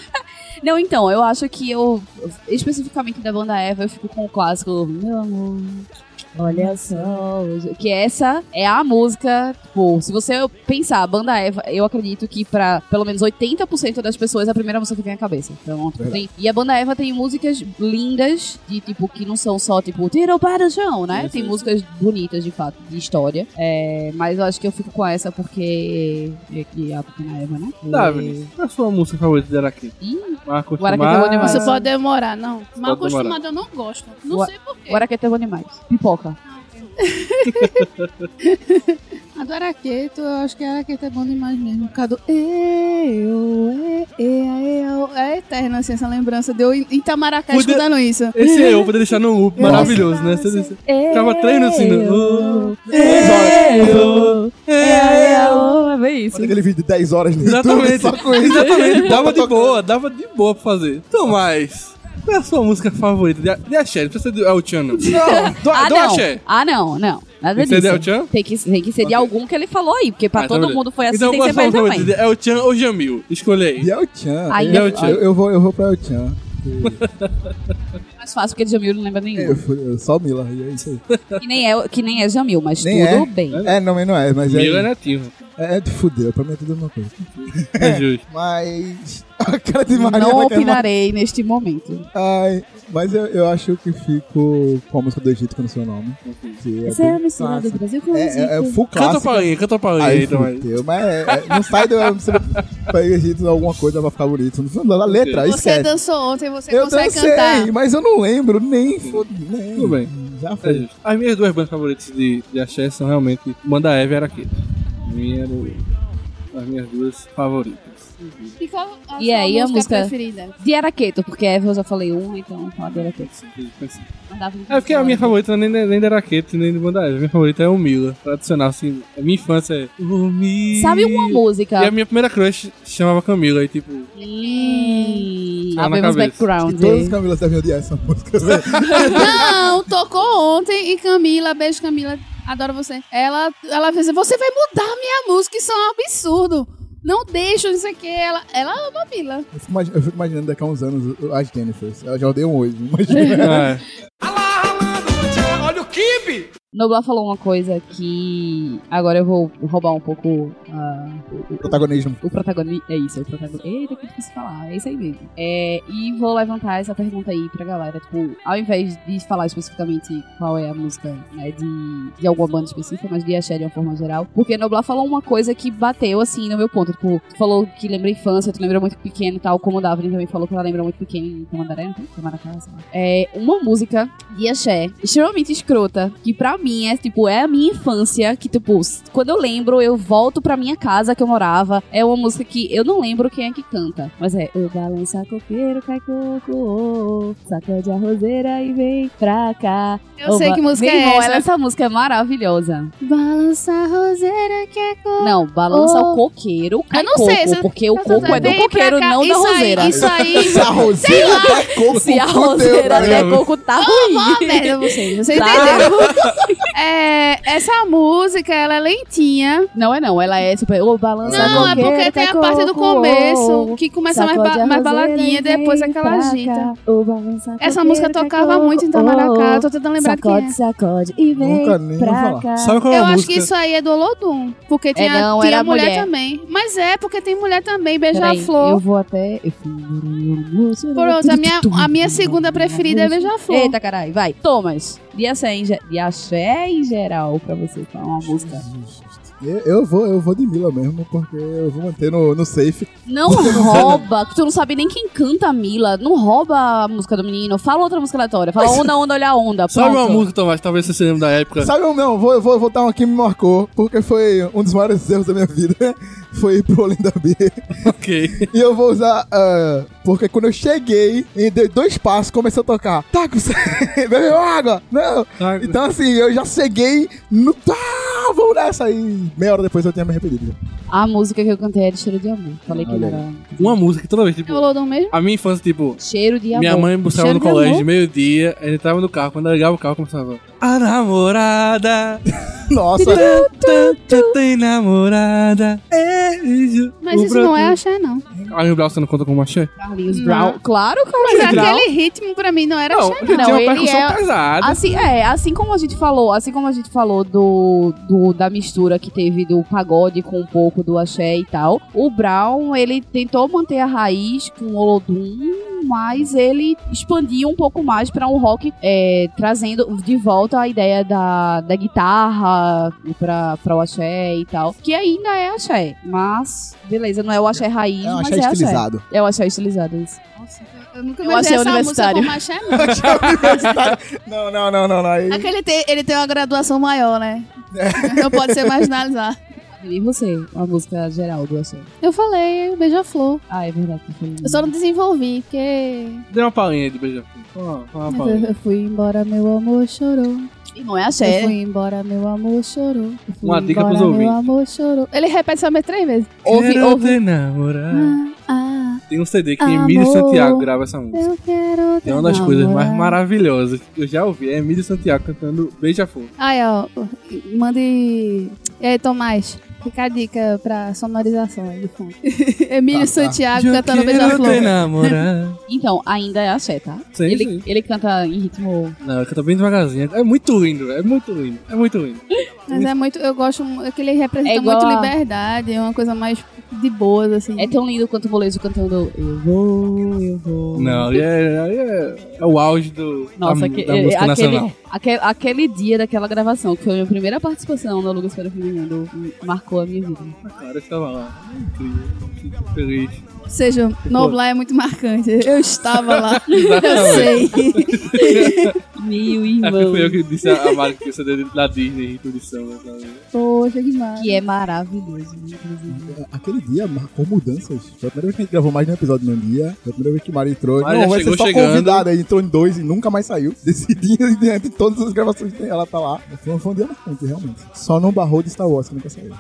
Não, então, eu acho que eu, especificamente da Banda Eva, eu fico com o clássico Meu amor, olha só. hoje", Que essa é a música, tipo, se você pensar, a Banda Eva, eu acredito que pra pelo menos oitenta por cento das pessoas é a primeira música que vem à cabeça. Então, tipo, tem, e a Banda Eva tem músicas lindas, de tipo, que não são só, tipo, tirou para o chão, né? Sim, Tem sim. músicas bonitas, de fato, de história. É, mas eu acho que eu fico com essa porque é que é a Pequena Eva, né? Davi, qual é a sua música favorita de Araquém? Ih, Mal O Araquém é bom acostumado. demais. Isso pode demorar, não. Mal pode demorar. acostumado eu não gosto. Não O- sei porquê. o Araqueta é bom demais. Pipoca. A do Araqueto, eu acho que a Araqueto é bom demais mesmo. Por causa do eu, e, e, e, eu. É eterna, assim, essa lembrança de eu em Itamaracá Poder- escutando isso. Esse eu poder deixar no loop, maravilhoso, né? Você, você, ficava três assim, né? Eu, Três é, eu, é bem isso. Olha aquele vídeo de dez horas no YouTube Exatamente, só com isso. exatamente. Dava de Tocando. boa, dava de boa pra fazer. Então, mas... Qual é a sua música favorita? De, de Axé, não precisa ser do El Chan, não. Não, do, Ah, do não. Axé. Ah, não, não. Nada Tem que ser disso. de El Chan? Tem que, tem que ser de Ok. algum que ele falou aí, porque pra Ah, então todo beleza. mundo foi assim, Então, tem qual que é ser a pra sua ele favorita? também. De El Chan ou Jamil? Escolhe aí. E é o Chan. Ainda- Eu, eu, eu vou, eu vou pra El Chan. Mais fácil, porque de Jamil não lembra nenhum. Eu, fui- eu, só o Mila, e é isso aí. Que nem é, que nem é Jamil, mas Nem tudo é. bem. É, não, mas não é, mas Mila é é, nativo. é, é de fuder, pra mim é tudo a mesma coisa. É justo. Mas... A cara de Maria Não vai querer opinarei neste momento. Ai, mas eu, eu acho que fico com a música do Egito, que eu não sei o nome. Que Essa é a bem mistura do clássica. Brasil com o É, é, é full Canta clássico. pra palhinha, canta pra palhinha Aí aí, então. aí. fudeu, mas é, é, não sai do pra Egito alguma coisa pra ficar bonito. Não da letra, Você esquece. dançou ontem, você Eu consegue dancei, cantar. mas eu não lembro nem fudeu. Tudo bem. Já É foi. justo. As minhas duas bandas favoritas de, de axé são realmente Banda Eva e Araqueta. Minha eram as minhas duas favoritas. E qual a E sua aí, a música, música- preferida? De Araqueto, porque Eva eu já falei uma, então fala de Araqueto. Pensei. Mandava É porque a minha favorita nem, nem de Araqueta nem de Banda Eva. A minha favorita é o Mila. Tradicional, assim. A minha infância é o Mila. Sabe uma música? E a minha primeira crush chamava Camila. E tipo, Hum, Tá na Abemos cabeça. background. Todas as Camilas devem odiar essa música. Não, tocou ontem e Camila, beijo Camila, adoro você. Ela, ela fez, você vai mudar minha música, isso é um absurdo. Não deixa, não sei o que. Ela, ela ama a Mila. Eu fico, imagi- eu fico imaginando daqui a uns anos as Jennifers. Elas já odeiam hoje, imagina. é. Olha o kibe! Noblar falou uma coisa que agora eu vou roubar um pouco ah, o, o, Protagonismo. o protagonista. É isso, é o protagonista. Eita, que difícil falar. É isso aí mesmo. É, e vou levantar essa pergunta aí pra galera. Tipo, ao invés de falar especificamente qual é a música, né, de, de alguma banda específica, mas de axé de uma forma geral. Porque Noblar falou uma coisa que bateu assim no meu ponto. Tipo, tu falou que lembra a infância, tu lembra muito pequeno e tal, como o Davi também falou que ela lembra muito pequeno em Tamandaré, não tem? Tamaracá, sei lá. É uma música de axé extremamente escrota, que pra mim é, tipo, é a minha infância, que, tipo, quando eu lembro, eu volto pra minha casa que eu morava. É uma música que eu não lembro quem é que canta, mas é o balança coqueiro, cai coco, oh, sacode a roseira e vem pra cá. Eu Ô, sei ba- que música Meu é irmão, essa. ela- essa música é maravilhosa. Balança a roseira que é cor. Não, balança Oh. o coqueiro, cai Eu não coco, sei, se- porque o Tá, tá, coco tá, é do vem pra coqueiro, cá. não da Isso aí- roseira. Isso aí. Se a roseira der coco, Se a fudeu, roseira cara. der coco, tá ruim. Ó, merda, vocês. Vocês Tá? entenderam? É, essa música, ela é lentinha. Não é não, ela é super... Ô, balança Não, é coqueiro, porque tem cai a parte do coco, começo, oh, que começa mais, sacode ba a mais roseira baladinha, e depois vem aquela pra agita. cá. Ô, balança Essa coqueiro, música cai tocava coco, muito em Tamaracá, tô tentando lembrar sacode, quem é. sacode e vem Nunca nem vou pra falar. cá. Sabe qual é Eu a acho música? que isso aí é do Olodum, porque tinha, não, tinha era mulher, mulher. também. Mas é, porque tem mulher também, Peraí, eu Beija-Flor. vou até... Eu fui... Pronto, a minha, a minha segunda preferida é Beija-Flor. Eita, caralho, vai. Thomas, de axé, em, ge- de axé em geral pra você, qual é uma música? Eu, eu vou, eu vou de Mila mesmo, porque eu vou manter no, no safe. Não rouba, que tu não sabe nem quem canta a Mila. Não rouba a música do menino. Fala outra música aleatória. Fala onda, onda, olha a onda. Sabe Pronto. uma música, Tomás? Talvez você se lembre da época. Sabe, um- não, vou, vou voltar uma que me marcou, porque foi um dos maiores erros da minha vida. Foi ir pro Olinda B. Ok. E eu vou usar, ah, porque quando eu cheguei e dei dois passos, comecei a tocar. Tá, você bebeu água? Não. Tá. Então assim, eu já cheguei no... Tá, vamos nessa aí. Meia hora depois eu tinha me arrependido. A música que eu cantei é de Cheiro de Amor. Falei que não Olha era... Uma música que toda vez, tipo... É o Olodum mesmo? A minha infância, tipo... Cheiro de Amor. Minha mãe me buscava Cheiro no de colégio de amor. meio-dia, a gente tava no carro, quando eu ligava o carro, começava... A namorada, Nossa, tanto tem namorada, é isso. Mas O isso não é broto- axé, não. Carlinhos Brown, você não conta como axé? Carlinhos Não. Brown. Claro, Mas Carlinhos Brown. aquele ritmo pra mim não era Não, axé, ele Não, tinha uma ele percussão é- pesada. Assim, é, assim como a gente falou, assim como a gente falou do, do- da mistura que teve do pagode com um pouco do axé e tal, o Brown, ele tentou manter a raiz com o Olodum, mas ele expandiu um pouco mais pra um rock, é, trazendo de volta a ideia da, da guitarra pra, pra o axé e tal, que ainda é axé, mas, beleza, não é o axé raiz, é um mas axé é axé. estilizado. É o axé estilizado, isso. Nossa, eu nunca Eu imaginei achei essa música universitário. como axé, não. Não, não, não, não, não. Aí... Aquele tem, ele tem uma graduação maior, né? Não pode ser marginalizado. E você, a música geral do axé? Eu falei, Beija-Flor. Ah, é verdade. que foi- Eu só não desenvolvi, porque Dê uma palhinha aí do beija-flor. Fala fala uma eu, palhinha. eu fui embora, meu amor chorou. Irmão, é Eu axé. fui embora, meu amor chorou. Eu fui Uma dica embora, pros meu ouvintes. amor chorou. Ele repete somente três vezes. Ouve, Quero ouve. te namorar. Ah, ah, Tem um C D que Emílio Amor. Santiago grava essa música. eu quero te É uma das coisas mais namorar. maravilhosas que eu já ouvi. É Emílio Santiago cantando Beija-Flor. Aí, ó, mande... E aí, Tomás, fica a dica pra sonorização aí de fundo. Emílio Tá, tá. Santiago Eu cantando quero Beija-Flor. te namorar. Então, ainda é axé, tá? Sim, ele, sim. ele canta em ritmo... Não, ele canta bem devagarzinho. É muito lindo, é muito lindo. É muito lindo. Mas é muito... Eu gosto... mu- É que ele representa É igual muito a- liberdade, é uma coisa mais de boas, assim. É tão lindo quanto o molejo cantando Eu vou, eu vou. Não, ali é, ali é, é o auge do, Nossa, da, aque- da música aquele, nacional. aquele, aquele dia daquela gravação, que foi a minha primeira participação no Lucas para o Fim do Mundo, marcou a minha vida. A cara estava lá. Incrível. Fico feliz. Ou seja, Noblar é muito marcante. Eu estava lá. Eu Exatamente. sei. Meu Acho que irmão. foi eu que disse a, a marca que você da Disney, intuição. Né? Poxa, que massa. Que é maravilhoso, inclusive. Aquele dia marcou mudanças. Foi a primeira vez que a gente gravou mais de um episódio no dia. Foi a primeira vez que o Mari entrou. Mari não, já vai chegou ser só chegando. convidada. Aí entrou em dois e nunca mais saiu. Desse dia em diante, todas as gravações tem ela tá lá. Foi um, foi um dia marcante, realmente. Só não barrou de Star Wars, que nunca saiu.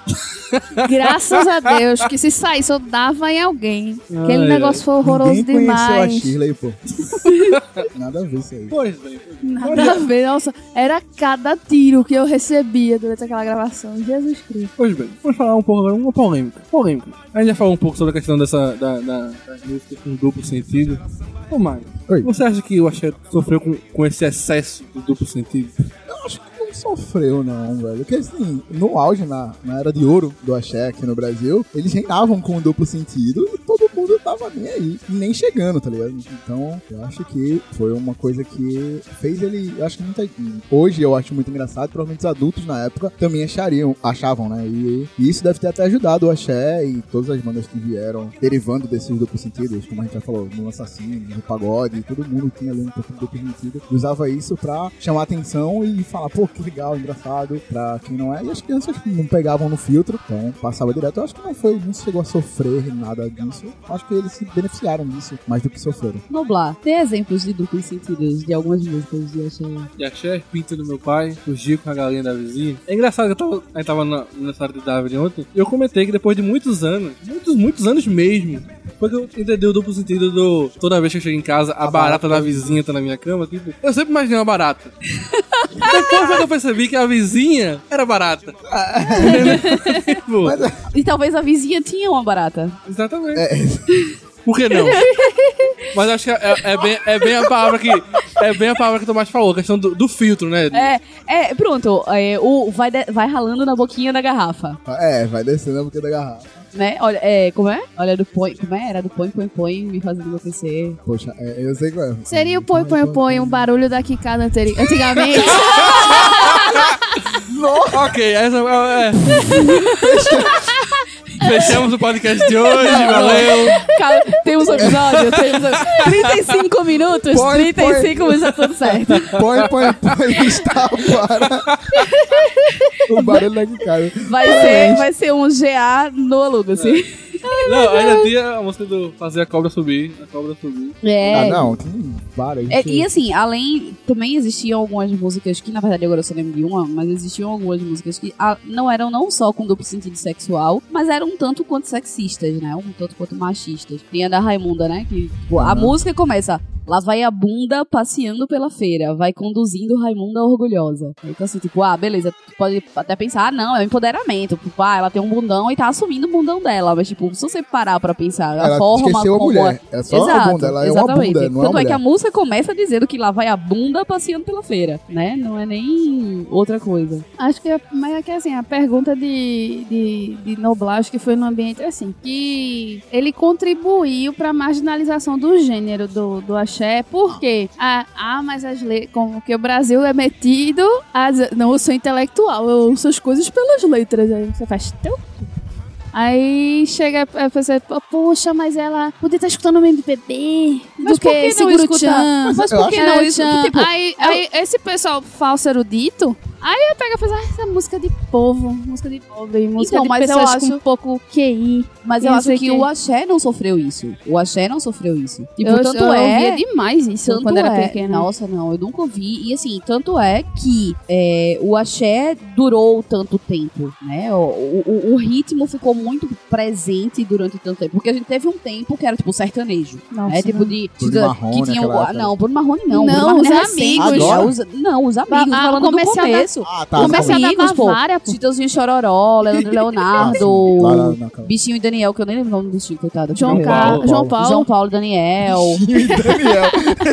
Graças a Deus, que se saísse, eu dava em alguém. Aquele Ai, negócio foi horroroso Ninguém conheceu a demais. Shirley, pô. Nada a ver isso aí. Pois bem. Nada a ver, nossa. Era cada tiro que eu recebia durante aquela gravação. Jesus Cristo. Pois bem, vamos falar um pouco agora, uma polêmica. Polêmica. A gente já falou um pouco sobre a questão dessa, da, da, das músicas com duplo sentido. Ô, Mário, Oi. você acha que o Axé sofreu com, com esse excesso de duplo sentido? Eu acho que não sofreu, não, velho. Porque, assim, no auge, na, na era de ouro do axé aqui no Brasil, eles reinavam com um duplo sentido e todo mundo tava nem aí, nem chegando, tá ligado? Então, eu acho que foi uma coisa que fez ele, eu acho que muita hoje eu acho muito engraçado, provavelmente os adultos na época também achariam, achavam, né? E, e isso deve ter até ajudado o axé e todas as bandas que vieram derivando desses duplos sentidos, como a gente já falou, no Assassino, no Pagode, todo mundo tinha ali um pouco de duplo sentido, usava isso pra chamar atenção e falar, pô, que legal, engraçado, pra quem não é, e as crianças não pegavam no filtro, então passava direto. Eu acho que não foi, não chegou a sofrer nada disso. Eu acho que eles se beneficiaram disso mais do que sofreram. Noblar, tem exemplos de duplos sentidos de algumas músicas de Axé? E Axé, Pinto do meu pai, fugiu com a galinha da vizinha. É engraçado que eu tava, a gente tava na, nessa área de David ontem, e eu comentei que depois de muitos anos, muitos, muitos anos mesmo, foi que eu entendi o duplo sentido do toda vez que eu chego em casa, a, a barata, barata da vizinha tá na minha cama, tipo, eu sempre imaginei uma barata. Depois foi que eu percebi que a vizinha era barata. Tipo, Mas, E talvez a vizinha tinha uma barata. exatamente. é, Por que não? Mas acho que é, é bem, é bem a palavra que é bem a palavra que o Tomás falou, a questão do, do filtro, né? É, é, pronto, é, o, vai, de- vai ralando na boquinha da garrafa, é, vai descendo a boca da garrafa. né? Olha, é, como é? Olha do põe, como é? Era do põe, põe, põe, me fazendo enlouquecer. Poxa, é, eu sei qual é. Seria o põe, põe, põe, um barulho da quicada anteri- antigamente. Ok, essa é. Fechamos o podcast de hoje, valeu! Cara, temos um episódio, temos um- trinta e cinco minutos, Põe, trinta e cinco minutos, tá tudo certo. Põe, põe, põe, está para o barulho da guitarra. Vai ser, vai ser um G A no Aluga, assim. Não, ainda tinha a música do fazer a cobra subir, a cobra subir. É. Ah, não, tem várias. É, e assim, além, também existiam algumas músicas que, na verdade, agora eu só lembro de uma, mas existiam algumas músicas que ah, não eram não só com duplo sentido sexual, mas eram um tanto quanto sexistas, né? Um tanto quanto machistas. Tem a da Raimunda, né? Que tipo, a Uhum. música começa, lá vai a bunda passeando pela feira, vai conduzindo Raimunda orgulhosa. Então assim, tipo, ah, beleza, tu pode até pensar, ah, não, é um empoderamento. Tipo, ah, ela tem um bundão e tá assumindo o bundão dela, mas tipo, se você parar pra pensar, a Ela forma esqueceu a como mulher. É só a bunda, ela é uma exatamente. bunda, não é Tanto uma é que a mulher. música começa dizendo que lá vai a bunda passeando pela feira, né? Não é nem outra coisa. Acho que, é- mas é que assim, a pergunta de, de, de Noblar, acho que foi no ambiente assim, que ele contribuiu pra marginalização do gênero do, do axé, porque ah, ah, mas as letras, como que o Brasil é metido, as, não, eu sou intelectual, eu ouço as coisas pelas letras, aí você faz teu Aí chega a pessoa, poxa, mas ela podia estar escutando o M P B Mas do por que que não Seguro escutar? Tchan. Mas eu por que acho- não É, isso? Tchan. Tipo, aí, aí esse pessoal falso erudito, aí pega e faz, ah, essa música de povo, música de pobre, música Então, de mas eu pessoas acho- com pouco Q I. Mas eu Não acho sei que quê. o axé não sofreu isso. O axé não sofreu isso. Tipo, eu, tanto eu é... ouvia demais isso Tanto quando era é, pequena. Nossa, não, eu nunca ouvi. E assim, tanto é que é, o axé durou tanto tempo, né? O, o, o ritmo ficou muito presente durante tanto tempo. Porque a gente teve um tempo que era tipo sertanejo. Nossa, né? Tipo de. Bruno de- Marrone, que tinha o, naquela época. Não, Bruno Marrone não. Não, Bruno Marrone os é recente. amigos. É, Agora? os- não, os amigos. Ah, falando o comercial do da começo. acesso. Ah, tá. Os Comecei a dar amigos, pô. Bavária, pô. Chitãozinho Chororó, Leandro Leonardo, Lá na- na- na- Bichinho e Daniel, que eu nem lembro o nome do bichinho, coitado. João, João Ca... Paulo. João Paulo. João Paulo e Daniel. E Daniel.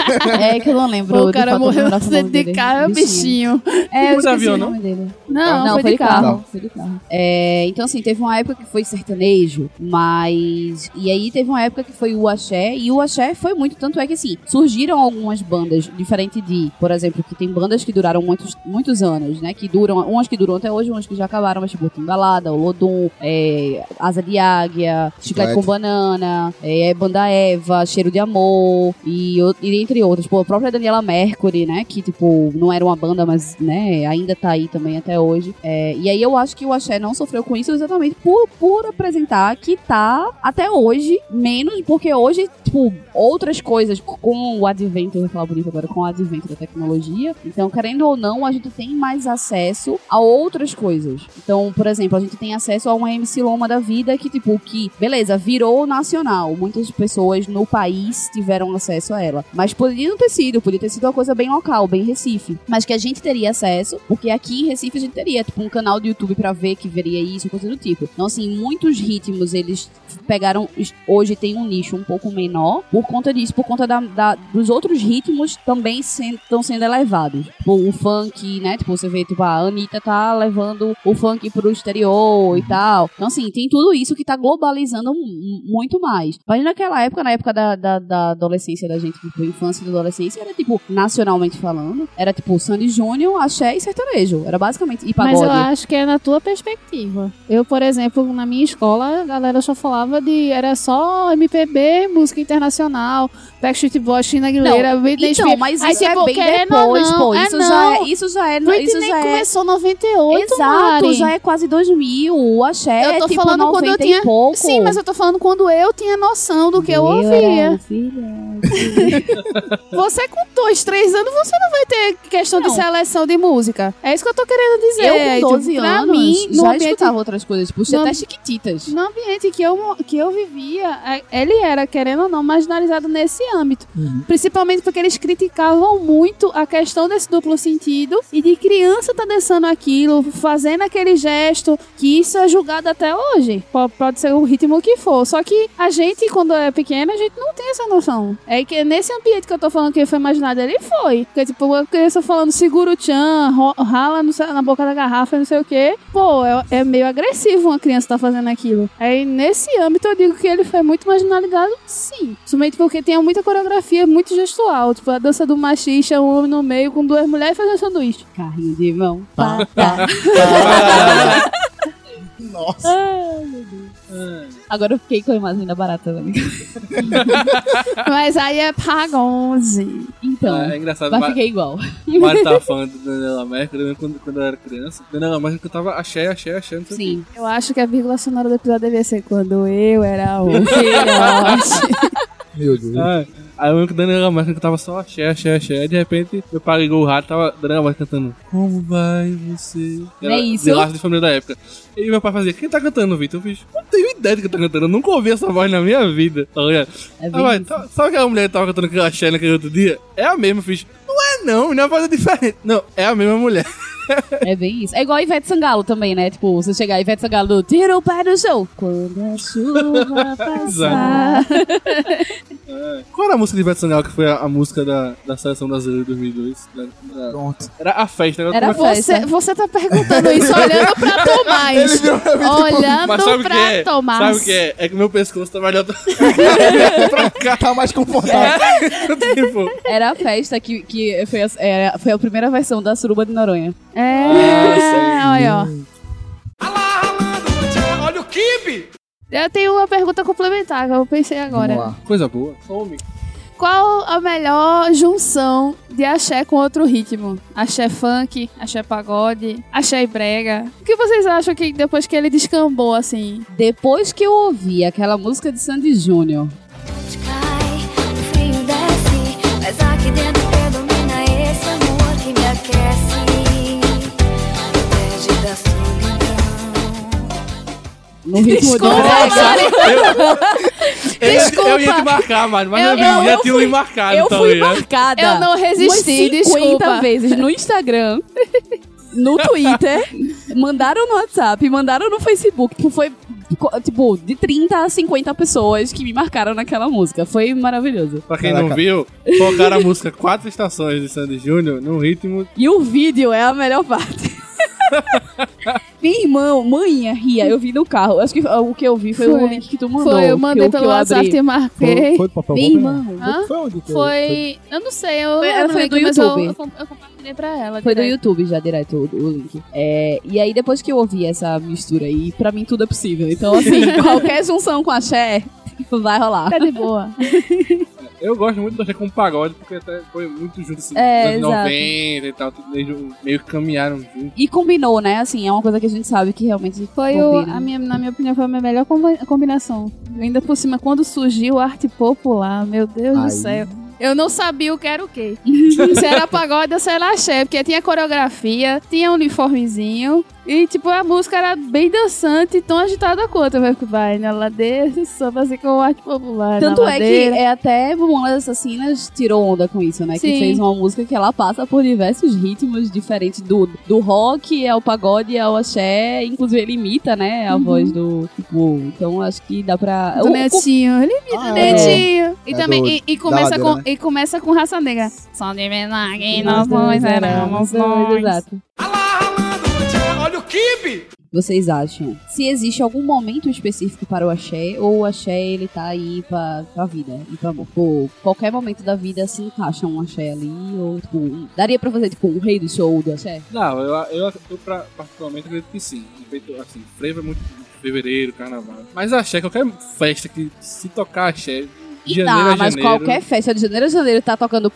É que eu não lembro. Pô, o de cara fato, morreu eu não no lembrava o acidente nome de dele. carro, bichinho. É, eu Foi de esqueci avião, o não? nome dele. Não, Não, foi, foi de carro. carro. Foi de carro. É, então, assim, teve uma época que foi sertanejo, mas... E aí teve uma época que foi o axé, e o axé foi muito... Tanto é que, assim, surgiram algumas bandas, diferente de, por exemplo, que tem bandas que duraram muitos, muitos anos, né? Que duram... Umas que duram até hoje, umas que já acabaram, mas tipo, Timbalada, o Lodum, é, Asa de Águia, Chiclete com Banana, é, Banda Eva, Cheiro de Amor, e, o- e entre outras. Pô, a própria Daniela Mercury, né? Que, tipo, não era uma banda, mas, né? Ainda tá aí também até hoje. É, e aí eu acho que o axé não sofreu com isso exatamente por, por apresentar que tá até hoje, menos porque hoje, tipo, outras coisas com o advento, eu vou falar bonito agora, com o advento da tecnologia, então, querendo ou não, a gente tem mais acesso a outras coisas. Então, por exemplo, a gente tem acesso a uma M C Loma da vida que, tipo, que, beleza, virou nacional. Muitas pessoas no país tiveram acesso a ela. Mas podia não ter sido, podia ter sido uma coisa bem local, bem Recife. Mas que a gente teria acesso, porque aqui em Recife a gente teria, tipo, um canal do YouTube pra ver que veria isso, coisa do tipo. Então, assim, muitos ritmos, eles pegaram, hoje tem um nicho um pouco menor, por conta disso, por conta da, da- dos outros ritmos também estão sendo elevados. Tipo, o funk, né? Tipo, você vê, tipo, a Anitta tá levando o funk pro exterior e tal. Então, assim, tem tudo isso que tá globalizando mu- muito mais. Mas naquela época, na época da, da, da adolescência da gente, tipo, infância e adolescência, era, tipo, nacionalmente falando, era, tipo, Sandy Júnior, axé e sertanejo. Era basicamente, e pagode. Mas eu acho que é na tua perspectiva. Eu, por exemplo, na minha escola, a galera só falava de... Era só M P B, música internacional, Backstreet Boys, Christina Aguilera, Britney Então, Spears. mas Aí, isso tipo, é bem querendo ou depois, não, pô. é Isso não. já é... Isso já é... Britney Isso já é... começou em noventa e oito, Exato, Mari. já é quase dois mil. O axé Eu é tô tipo falando quando eu noventa tinha... e pouco. Sim, mas eu tô falando quando eu tinha noção do que eu, era ouvia. um filho. Você com dois, três anos, você não vai ter questão Não. de seleção de música. É isso que eu tô querendo dizer. Eu Aí, com tipo, doze pra anos mim, no já ambiente, escutava outras coisas. Tipo, No até ambi- Chiquititas. no ambiente que eu, mo- que eu vivia, é, ele era, querendo ou não, marginalizado nesse âmbito. Principalmente porque eles criticavam muito a questão desse duplo sentido e de criança tá dançando aquilo, fazendo aquele gesto, que isso é julgado até hoje. Po- Pode ser o ritmo que for. Só que a gente, quando é pequena, a gente não tem essa noção. É que nesse ambiente que eu tô falando que ele foi imaginado, ele foi. Porque, tipo, a criança falando segura o tchan, ro- rala no- na boca da garrafa, não sei o quê. Pô, é, é meio agressivo uma criança tá fazendo aquilo. Aí, nesse âmbito, eu digo que ele foi muito marginalizado, sim. Somente porque tem muita coreografia, muito gestual. Tipo, a dança do machixa, um homem no meio com duas mulheres fazendo sanduíche. Carrinho de mão. Pá, tá. Nossa. Agora eu fiquei com a imagem da barata. Né? Mas aí é pagode. Então, É, é engraçado. mas Mas fiquei igual. Mário tava falando do Daniela Mercury, eu lembro quando, quando eu era criança. Daniela Mercury cantava axé, axé, axé, não sei o quê. Sim. Eu acho que a vírgula sonora do episódio devia ser quando eu era o filhote. Meu Deus. Ah, aí eu lembro que Daniela Mercury cantava só axé, axé, axé. E de repente, meu pai ligou o rádio, tava Daniela Mercury cantando Como vai você? Não é isso? De laço de família da época. E meu pai fazia, quem tá cantando, Vitor? Eu fiz, não tenho ideia de quem tá cantando. Eu nunca ouvi essa voz na minha vida. Tá ligado? É Ah, bem vai, isso. tá- sabe aquela mulher que tava cantando aquele axé naquele outro dia? É a mesma, eu fiz. Não é não, minha voz é diferente. Não, é a mesma mulher. É bem isso. É igual a Ivete Sangalo também, né? Tipo, você chegar a Ivete Sangalo do Tira o pé do chão. Quando a chuva passar. Qual era a música de Ivete Sangalo que foi a, a música da, da seleção brasileira de dois mil e dois? Da- da- Pronto. Era a festa. Agora Era como é que- Você, você tá perguntando isso olhando pra Tomás. Olhando Mas sabe o que pra é? Tomás. Sabe o que é? É que meu pescoço tá melhor. pra cá. Tá mais confortável. tipo, Era a festa que, que foi, a, era- foi a primeira versão da Suruba de Noronha. É, Ah, olha, ó. Olha o kibe! Eu tenho uma pergunta complementar que eu pensei agora. Vamos lá. coisa boa. Some. Qual a melhor junção de axé com outro ritmo? Axé funk, axé pagode, axé e brega. O que vocês acham que depois que ele descambou assim? Depois que eu ouvi aquela música de Sandy Júnior, Cai, o frio desce, mas aqui dentro predomina esse amor que me aquece, protege da solidão. no ritmo do Desculpa, brega, Eu, Desculpa. eu ia te marcar, mano, mas Eu- eu, vi, eu- já eu tinha fui- me marcado, eu tá fui ligado? marcada Eu não resisti, umas cinquenta desculpa. vezes no Instagram no Twitter, mandaram no WhatsApp, mandaram no Facebook. Tipo, foi, tipo, de trinta a cinquenta pessoas que me marcaram naquela música. Foi maravilhoso. Pra quem Caraca. não viu, colocaram a música Quatro Estações de Sandy Júnior no ritmo... E o vídeo é a melhor parte. Minha irmã, mãe, ria, eu vi no carro. Acho que o que eu vi foi, Foi. o link que tu mandou. Foi, eu que mandei que pelo eu WhatsApp abri. e marquei. Foi, foi do papel Minha pop, irmã. não? Hã? Foi onde que Foi. Eu não sei, eu Foi- lembro foi o do link, mas eu, YouTube. eu, com- eu compartilhei pra ela. Foi do direto. YouTube já, direto, o, o link. É, e aí, depois que eu ouvi essa mistura aí, pra mim tudo é possível. Então, assim, qualquer junção com axé, vai rolar. Tá de boa. Eu gosto muito do Axé com pagode, porque até foi muito junto, assim, É, nos anos exato. noventa e tal, tudo meio, meio que caminharam junto. E combinou, né? Assim, é uma coisa que a gente sabe que realmente Foi o, combina. a minha, na minha opinião, foi a minha melhor combi- combinação. Ainda por cima, quando surgiu a arte popular, meu Deus Aí. do céu. Eu não sabia o que era o quê. Se era pagode ou se era axé, porque tinha coreografia, tinha uniformezinho. E, tipo, a música era bem dançante, tão agitada quanto. Vai, vai na ladeira, só fazer com arte popular. Tanto na é que ladeira. é até Mamonas Assassinas tirou onda com isso, né? Que Sim. fez uma música que ela passa por diversos ritmos diferentes do, do rock ao pagode ao axé. Inclusive ele imita, né? A voz do... Tipo, então acho que dá pra... Do o- o- Netinho, ele imita Ah, o é. Netinho. E É também, do- e, e da começa ladeira, com, né? e começa com Raça Negra. Só de verdade, nós Nós dois dois éramos éramos nós. dois, exato. Olha o kibe! Vocês acham? Se existe algum momento específico para o axé, ou o axé ele tá aí pra, pra vida e pra amor? Pô, qualquer momento da vida se encaixa um axé ali, ou tipo, um- daria pra fazer tipo um rei do show do axé? Não, eu, eu, eu pra, particularmente acredito que sim. Feito, assim, frevo é muito fevereiro, carnaval. Mas axé, qualquer festa que se tocar axé, de E janeiro tá, a mas janeiro... qualquer festa de janeiro a janeiro tá tocando.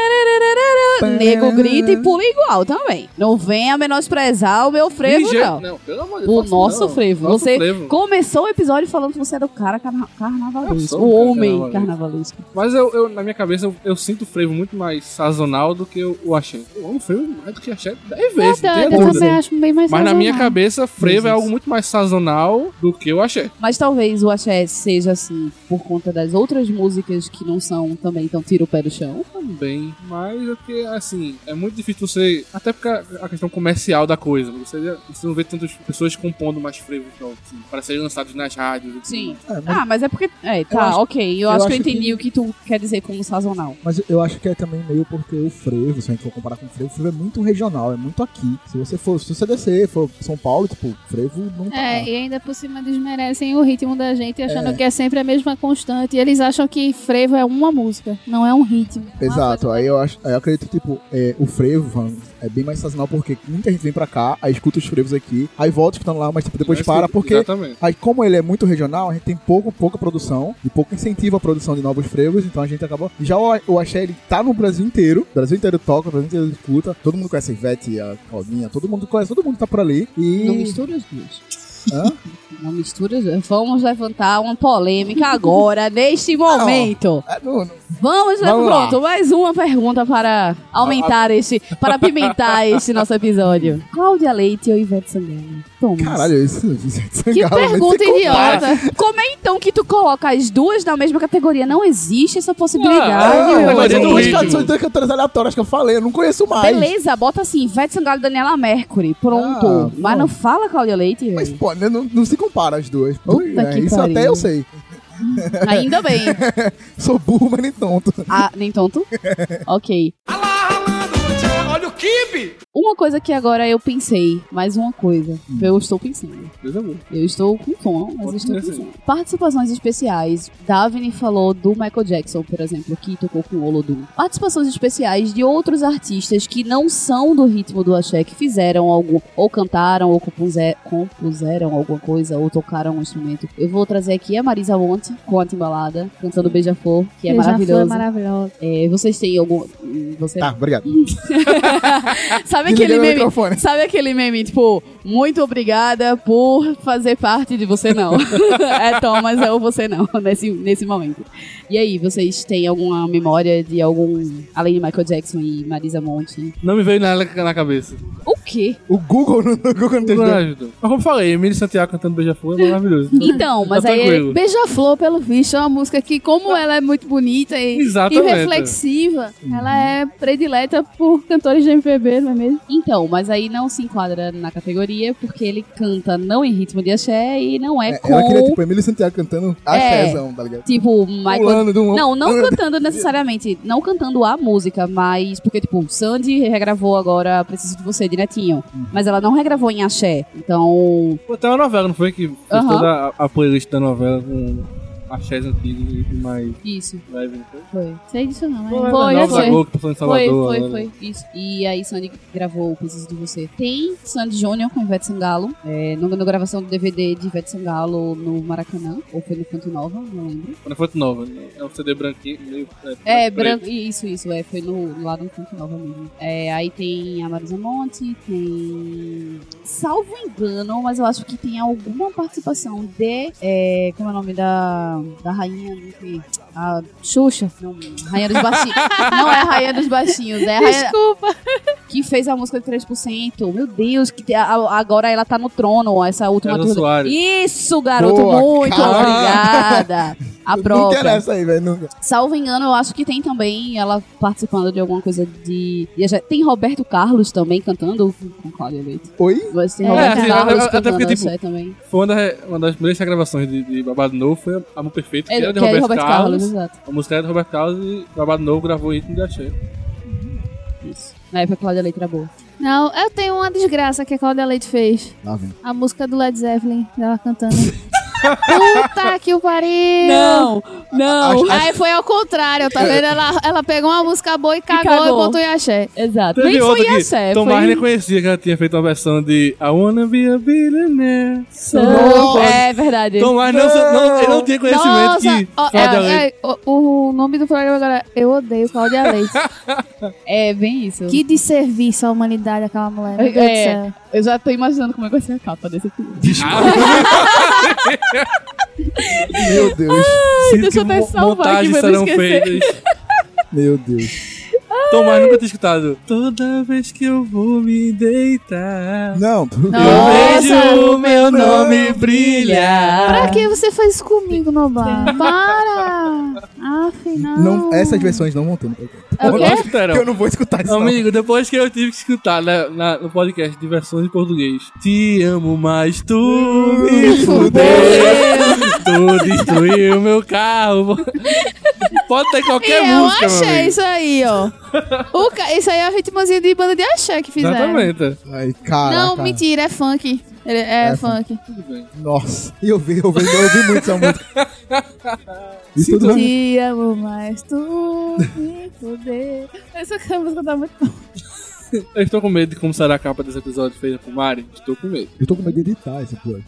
Nego grita e pula igual também. Não venha menosprezar o meu frevo, De jeito- não. não, pelo amor de Deus, O faço nosso não. frevo. Nosso Você frevo. começou o episódio falando que você era o cara carna Eu carnavalesco. sou O um cara homem carnavalesco. carnavalesco. Mas eu, eu, na minha cabeça, eu, eu sinto o frevo muito mais sazonal do que o, o axé. Eu amo frevo mais do que axé dez vezes. não Verdade, tem eu dúvida. também acho bem mais Mas na minha sazonal. cabeça, frevo é Existe. algo muito mais sazonal do que o axé. Mas talvez o axé seja assim por conta das outras músicas que não são também, então tira o pé do chão. Também. Mas é porque, assim, é muito difícil você... Até porque a a questão comercial da coisa. Você, você não vê tantas pessoas compondo mais frevos assim, para serem lançados nas rádios. e tudo Sim. mais. É, mas, Ah, mas é porque. É, tá, Eu acho- ok. Eu, eu acho que eu acho entendi que- o que tu quer dizer como sazonal. mas eu acho que é também meio porque o frevo, se a gente for comparar com o frevo, o frevo é muito regional, é muito aqui. Se você for, se você descer, for São Paulo, tipo, frevo não tá. É, e ainda por cima desmerecem o ritmo da gente, achando É. que é sempre a mesma constante. E eles acham que frevo é uma música, não é um ritmo. Exato, aí eu acho, aí eu acredito que, tipo, é, o frevo falando, é bem mais sazonal porque muita gente vem pra cá, aí escuta os frevos aqui, aí volta escutando lá, mas tipo, depois Mas, para, porque Exatamente. aí como ele é muito regional, a gente tem pouco, pouca produção e pouco incentivo à produção de novos frevos, então a gente acaba... Já o, o axé, ele tá no Brasil inteiro, o Brasil inteiro toca, o Brasil inteiro escuta, todo mundo conhece a Ivete, a Claudinha, todo mundo conhece, todo mundo tá por ali e... Não mistura os dois. Hã? Não mistura os dois. Vamos levantar uma polêmica agora, neste momento. É, não, não. Vamos lá, Vamos lá. pronto. Mais uma pergunta para aumentar este, para apimentar este nosso episódio. Cláudia Leite ou Ivete Sangalo? Thomas. Caralho, isso, Vicente Que Sangalo, nem pergunta se compara. idiota. Como é então que tu coloca as duas na mesma categoria? Não existe essa possibilidade. Ah, É, é, mas mas eu é não do acho ritmo. que são duas cantoras aleatórias que eu falei, eu não conheço mais. Beleza, bota assim, Ivete Sangalo e Daniela Mercury. Pronto. Ah, Mas pô. não fala Cláudia Leite, Mas, velho. pô, né, não, não se compara as duas. Pô, Puta é, que isso pariu. até eu sei. Ainda bem. Sou burro, mas nem tonto. Ah, nem tonto? Ok. Olha o kibe! Uma coisa que agora eu pensei, mais uma coisa. Eu estou pensando. Coisa boa. Eu estou com sono, mas Pode estou ser. pensando. Participações especiais. Davine falou do Michael Jackson, por exemplo, que tocou com o Olodum. Participações especiais de outros artistas que não são do ritmo do axé, que fizeram algo, ou cantaram, ou compuse- compuseram alguma coisa, ou tocaram um instrumento. Eu vou trazer aqui a Marisa Monte, com a Timbalada, cantando Beija-Flor, que é Já foi maravilhoso. maravilhoso. É, vocês têm algum... Você... Tá, obrigado. Sabe Desliguei aquele o meme? microfone. Sabe aquele meme, tipo, muito obrigada por fazer parte de Você Não. É Thomas, é o Você Não, nesse, nesse momento. E aí, vocês têm alguma memória de algum, além de Michael Jackson e Marisa Monte? Não me veio nada na cabeça. O quê? O Google não, o Google não tem Não ajudou. ajudou. Mas como eu falei, Emílio Santiago cantando Beija-Flor é maravilhoso. Então, mas Tá aí ele... tranquilo. Beija-Flor, pelo visto, é uma música que, como ela é muito bonita e, e Exatamente. reflexiva, ela é predileta por cantores de M P B, não é mesmo? Então, mas aí não se enquadra na categoria porque ele canta não em ritmo de axé e não é, É, com... ela queria, tipo, Emílio Santiago cantando É. axézão, tá ligado? Tipo, Michael... Pulando de um- Não, não cantando necessariamente, não cantando a música, mas porque, tipo, Sandy regravou agora Preciso de Você, de Netinho, mas ela não regravou em axé, então... Pô, tem uma novela, não foi? Que fez Aham. toda a, a playlist da novela com axés antigos e mais Isso, leve, não foi? foi. Sei disso não, mas... Foi, Foi, Nova foi. Globo, que passou em Foi, Salvador. foi, né? foi, isso. E aí Sandy gravou Preciso de Você. Tem Sandy Júnior com Ivete Sangalo, é, no- na gravação do D V D de Ivete Sangalo no Maracanã, ou foi no Fonte Nova, não lembro. Quando foi nova, né? É um C D branquinho, meio... É, preto. branco, isso, isso, é, foi no, lá no Fonte Nova mesmo. É, aí tem a Marisa Monte, tem... Salvo engano, mas eu acho que tem alguma participação de... É, como é o nome da, da rainha, não sei, a Xuxa. Não, Rainha dos Baixinhos. Não é a Rainha dos Baixinhos, é a Rainha... Desculpa. Que fez a música de três por cento. Meu Deus, que te- a- agora ela tá no trono, essa última Elza turnê. Soares. Isso, garoto, Boa, muito cara. obrigada. A Não própria. interessa aí, velho. Nunca. Salvo engano, eu acho que tem também ela participando de alguma coisa de... de- Tem Roberto Carlos também cantando com Cláudia Leite. Oi? Mas tem É, Roberto assim, Carlos até cantando porque, tipo, axé também. Foi uma, da- uma das primeiras gravações de, de Babado Novo, foi Amor Perfeito, que É, era de que é de Roberto, Roberto Carlos. Carlos, exato. A música era de Roberto Carlos e Babado Novo gravou ritmo de axé. Isso. Na época a Cláudia Leite era boa. Não, eu tenho uma desgraça que a Cláudia Leite fez. Lá vem. A música do Led Zeppelin, dela cantando. Puta que o pariu! Não, não. Aí foi ao contrário, tá vendo? Ela, ela pegou uma música boa e cagou e, cagou. botou em axé. Exato. Teve Nem outra foi que axé, Tom foi... Marley conhecia, que ela tinha feito uma versão de I Wanna Be a Billionaire. Não, é verdade. Tom Marley não, não, ele não tinha conhecimento Nossa, que ó, Cláudia é, Leite... é, o, o nome do programa agora é Eu Odeio Cláudia Leite. É bem isso. Que desserviço à humanidade aquela mulher. Meu Deus do É, céu. eu já tô imaginando como é que vai ser a capa desse filme. Meu Deus. Sinto deixa eu que até mo- salvar aqui montagens pra não serão esquecer. feitas. Meu Deus. Tom Marley nunca tinha escutado. Toda vez que eu vou me deitar, Não, tudo bem. eu Nossa, vejo o meu nome brilhar. Pra que você faz isso comigo, Noblar? Para! Afinal. Não, essas versões não vão ter no podcast. É o quê? Lógico que terão. Porque eu não vou escutar isso. não. Amigo, depois que eu tive que escutar na, na- no podcast de versões em português, te amo, mas tu me fudeu, tu destruiu meu carro. Pode ter E qualquer eu música, meu achei amigo. isso aí, ó. O ca... Isso aí é a ritmozinha de banda de axé que fizeram. Exatamente. Ai, cara. Não, mentira, é funk. Ele é, É funk. Tudo bem. Nossa. E eu vi, eu vi, eu ouvi muito essa música. E Sim, tudo Te amo, mas tu me fudeu. Essa música tá muito boa. Eu estou com medo de como será a capa desse episódio feita por Mari. Estou com medo. Eu tô com medo de editar esse episódio.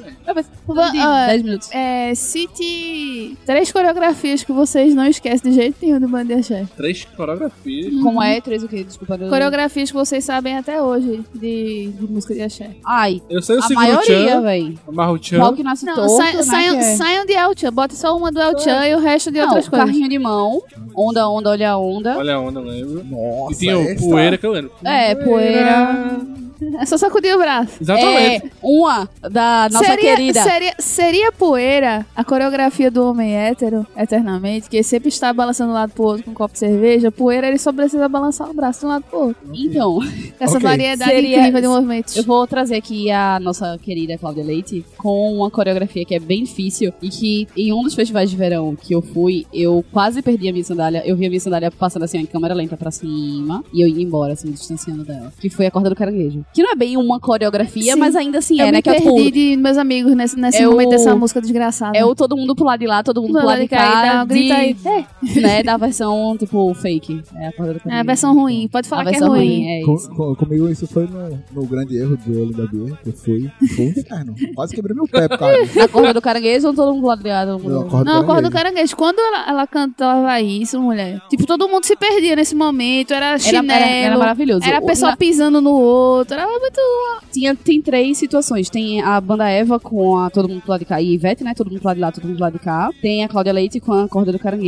Va- ah, dez minutos. É, cite três coreografias que vocês não esquecem de jeito nenhum do Banda de Axé. Três coreografias. Como é? Três o quê? Desculpa. eu- Coreografias que vocês sabem até hoje de, de música de axé. Ai, Eu sei o a segundo maioria, Chan, véi. amarro o Chan. Rock nasce Não, torto, sai- né, saiam, que é- saiam de El Chan, bota só uma do El Chan e o resto de Não, outras coisas. carrinho de mão, onda, onda, olha a onda. Olha a onda, eu lembro. Nossa. E tinha o essa- Poeira, que eu lembro. É, poeira. É só sacudir o braço. Exatamente. É, uma da nossa seria, querida. Seria, seria poeira a coreografia do homem hétero, eternamente, que sempre está balançando de um lado pro outro com um copo de cerveja. Poeira, ele só precisa balançar o braço de um lado pro outro. Então, Essa Ok. variedade Seria- incrível de movimentos. eu vou trazer aqui a nossa querida Cláudia Leite com uma coreografia que é bem difícil e que em um dos festivais de verão que eu fui, eu quase perdi a minha sandália. Eu vi a minha sandália passando assim, em câmera lenta pra cima e eu ia embora, assim, distanciando dela. Que foi a corda do caranguejo. Que não é bem uma coreografia, Sim. mas ainda assim eu é, me né? Que é perdi tipo, de meus amigos nesse, nesse É momento o- dessa música desgraçada. é o todo mundo pro lado de lá, todo mundo pro Do lado de lado de cá, cá. dá um grito de- aí. né, da versão, tipo, fake. É a corda do É caranguejo. a versão ruim. Pode falar A que é versão ruim. ruim, é Com, isso. com- comigo isso foi no, no grande erro do Olho da Bia, que eu fui. Foi um inferno. Quase quebrei meu pé por causa disso. Na corda do caranguejo ou todo mundo pro lado de lá? Todo mundo... Eu acordo Não, a corda do caranguejo. caranguejo. Quando ela, ela cantava isso, mulher, tipo, todo mundo se perdia nesse momento. Era Era, chinelo, era, era maravilhoso. era a O- pessoa na- pisando no outro. Era muito... tinha, tem três situações. Tem a banda Eva com a Todo Mundo pro lado de cá e Ivete, né? Todo mundo pro lado de lá, todo mundo pro lado de cá. Tem a Cláudia Leite com a corda do caranguejo. E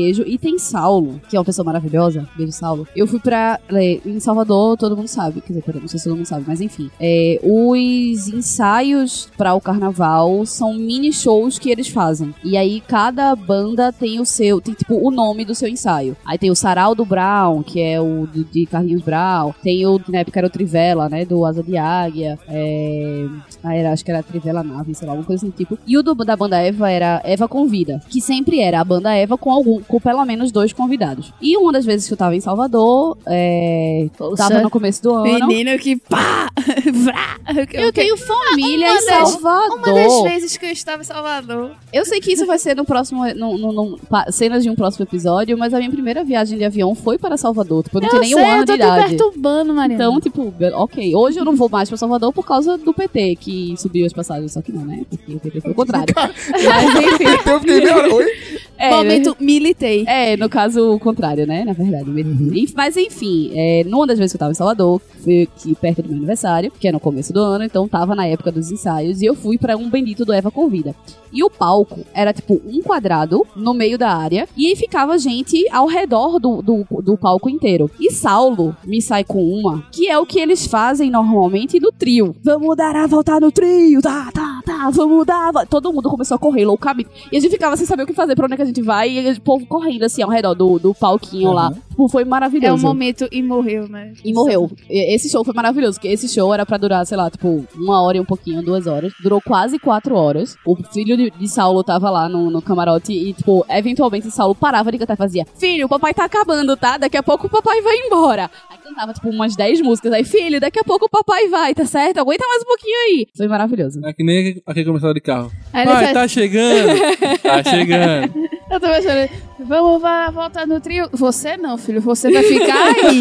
tem Saulo, que é uma pessoa maravilhosa. Beijo, Saulo. Eu fui pra... É, em Salvador, todo mundo sabe. Quer dizer, peraí, não sei se todo mundo sabe, mas enfim. É, os ensaios pra o carnaval são mini shows que eles fazem. E aí, cada banda tem o seu... Tem, tipo, o nome do seu ensaio. Aí tem o Sarau do Brown, que é o de, de Carlinhos Brown. Tem o, que na época era o Trivela, né? Do Asa de Águia. É... Ah, era, acho que era Trivela Nave, sei lá, alguma coisa assim, tipo. E o do, da banda Eva era Eva Convida, que sempre era a banda Eva com algum, com pelo menos dois convidados. E uma das vezes que eu tava em Salvador, é... tava no começo do ano. Menino que pá! Vrá! Eu tenho família Uma em das- Salvador. Uma das vezes que eu estava em Salvador. Eu sei que isso vai ser no próximo, no, no, no, pa- cenas de um próximo episódio, mas a minha primeira viagem de avião foi para Salvador. Tipo, eu não Eu tinha nenhum sei, ano eu tô de te idade. perturbando, Mariana. Então, tipo, be- ok. Hoje eu não vou mais pra Salvador por causa do P T, que subiu as passagens. Só que não, né? Porque o P T foi o contrário. Mas, enfim. Eu fiquei meio hora, oi? É, Momento militei. É, no caso, o contrário, né? Na verdade. Enf- Mas, enfim, é, numa das vezes que eu tava em Salvador, foi aqui perto do meu aniversário, que é no começo do ano, então tava na época dos ensaios, e eu fui pra um bendito do Eva Convida. E o palco era, tipo, um quadrado no meio da área, e aí ficava gente ao redor do, do, do palco inteiro. E Saulo me sai com uma, que é o que eles fazem normalmente no trio. Vamos dar a volta no trio, tá, tá, tá, vamos dar a volta. Todo mundo começou a correr loucamente. E a gente ficava sem saber o que fazer, pra onde é que a gente vai, e o povo correndo assim ao redor do, do palquinho Uhum. lá. Tipo, foi maravilhoso. É o momento e morreu, né? E morreu. E- Esse show foi maravilhoso, porque esse show era pra durar, sei lá, tipo, uma hora e um pouquinho, duas horas. Durou quase quatro horas. O filho de, de Saulo tava lá no, no camarote e, tipo, eventualmente Saulo parava de cantar e fazia: filho, o papai tá acabando, tá? Daqui a pouco o papai vai embora. Aí cantava, tipo, umas dez músicas. Aí, filho, daqui a pouco o papai vai, tá certo? Aguenta mais um pouquinho aí. Foi maravilhoso. É que nem aquele comercial de carro. Aí ele Pai, faz- tá chegando. Tá chegando. Eu tô achando. Vamos va- voltar no trio. Você não, filho. Você vai ficar aí.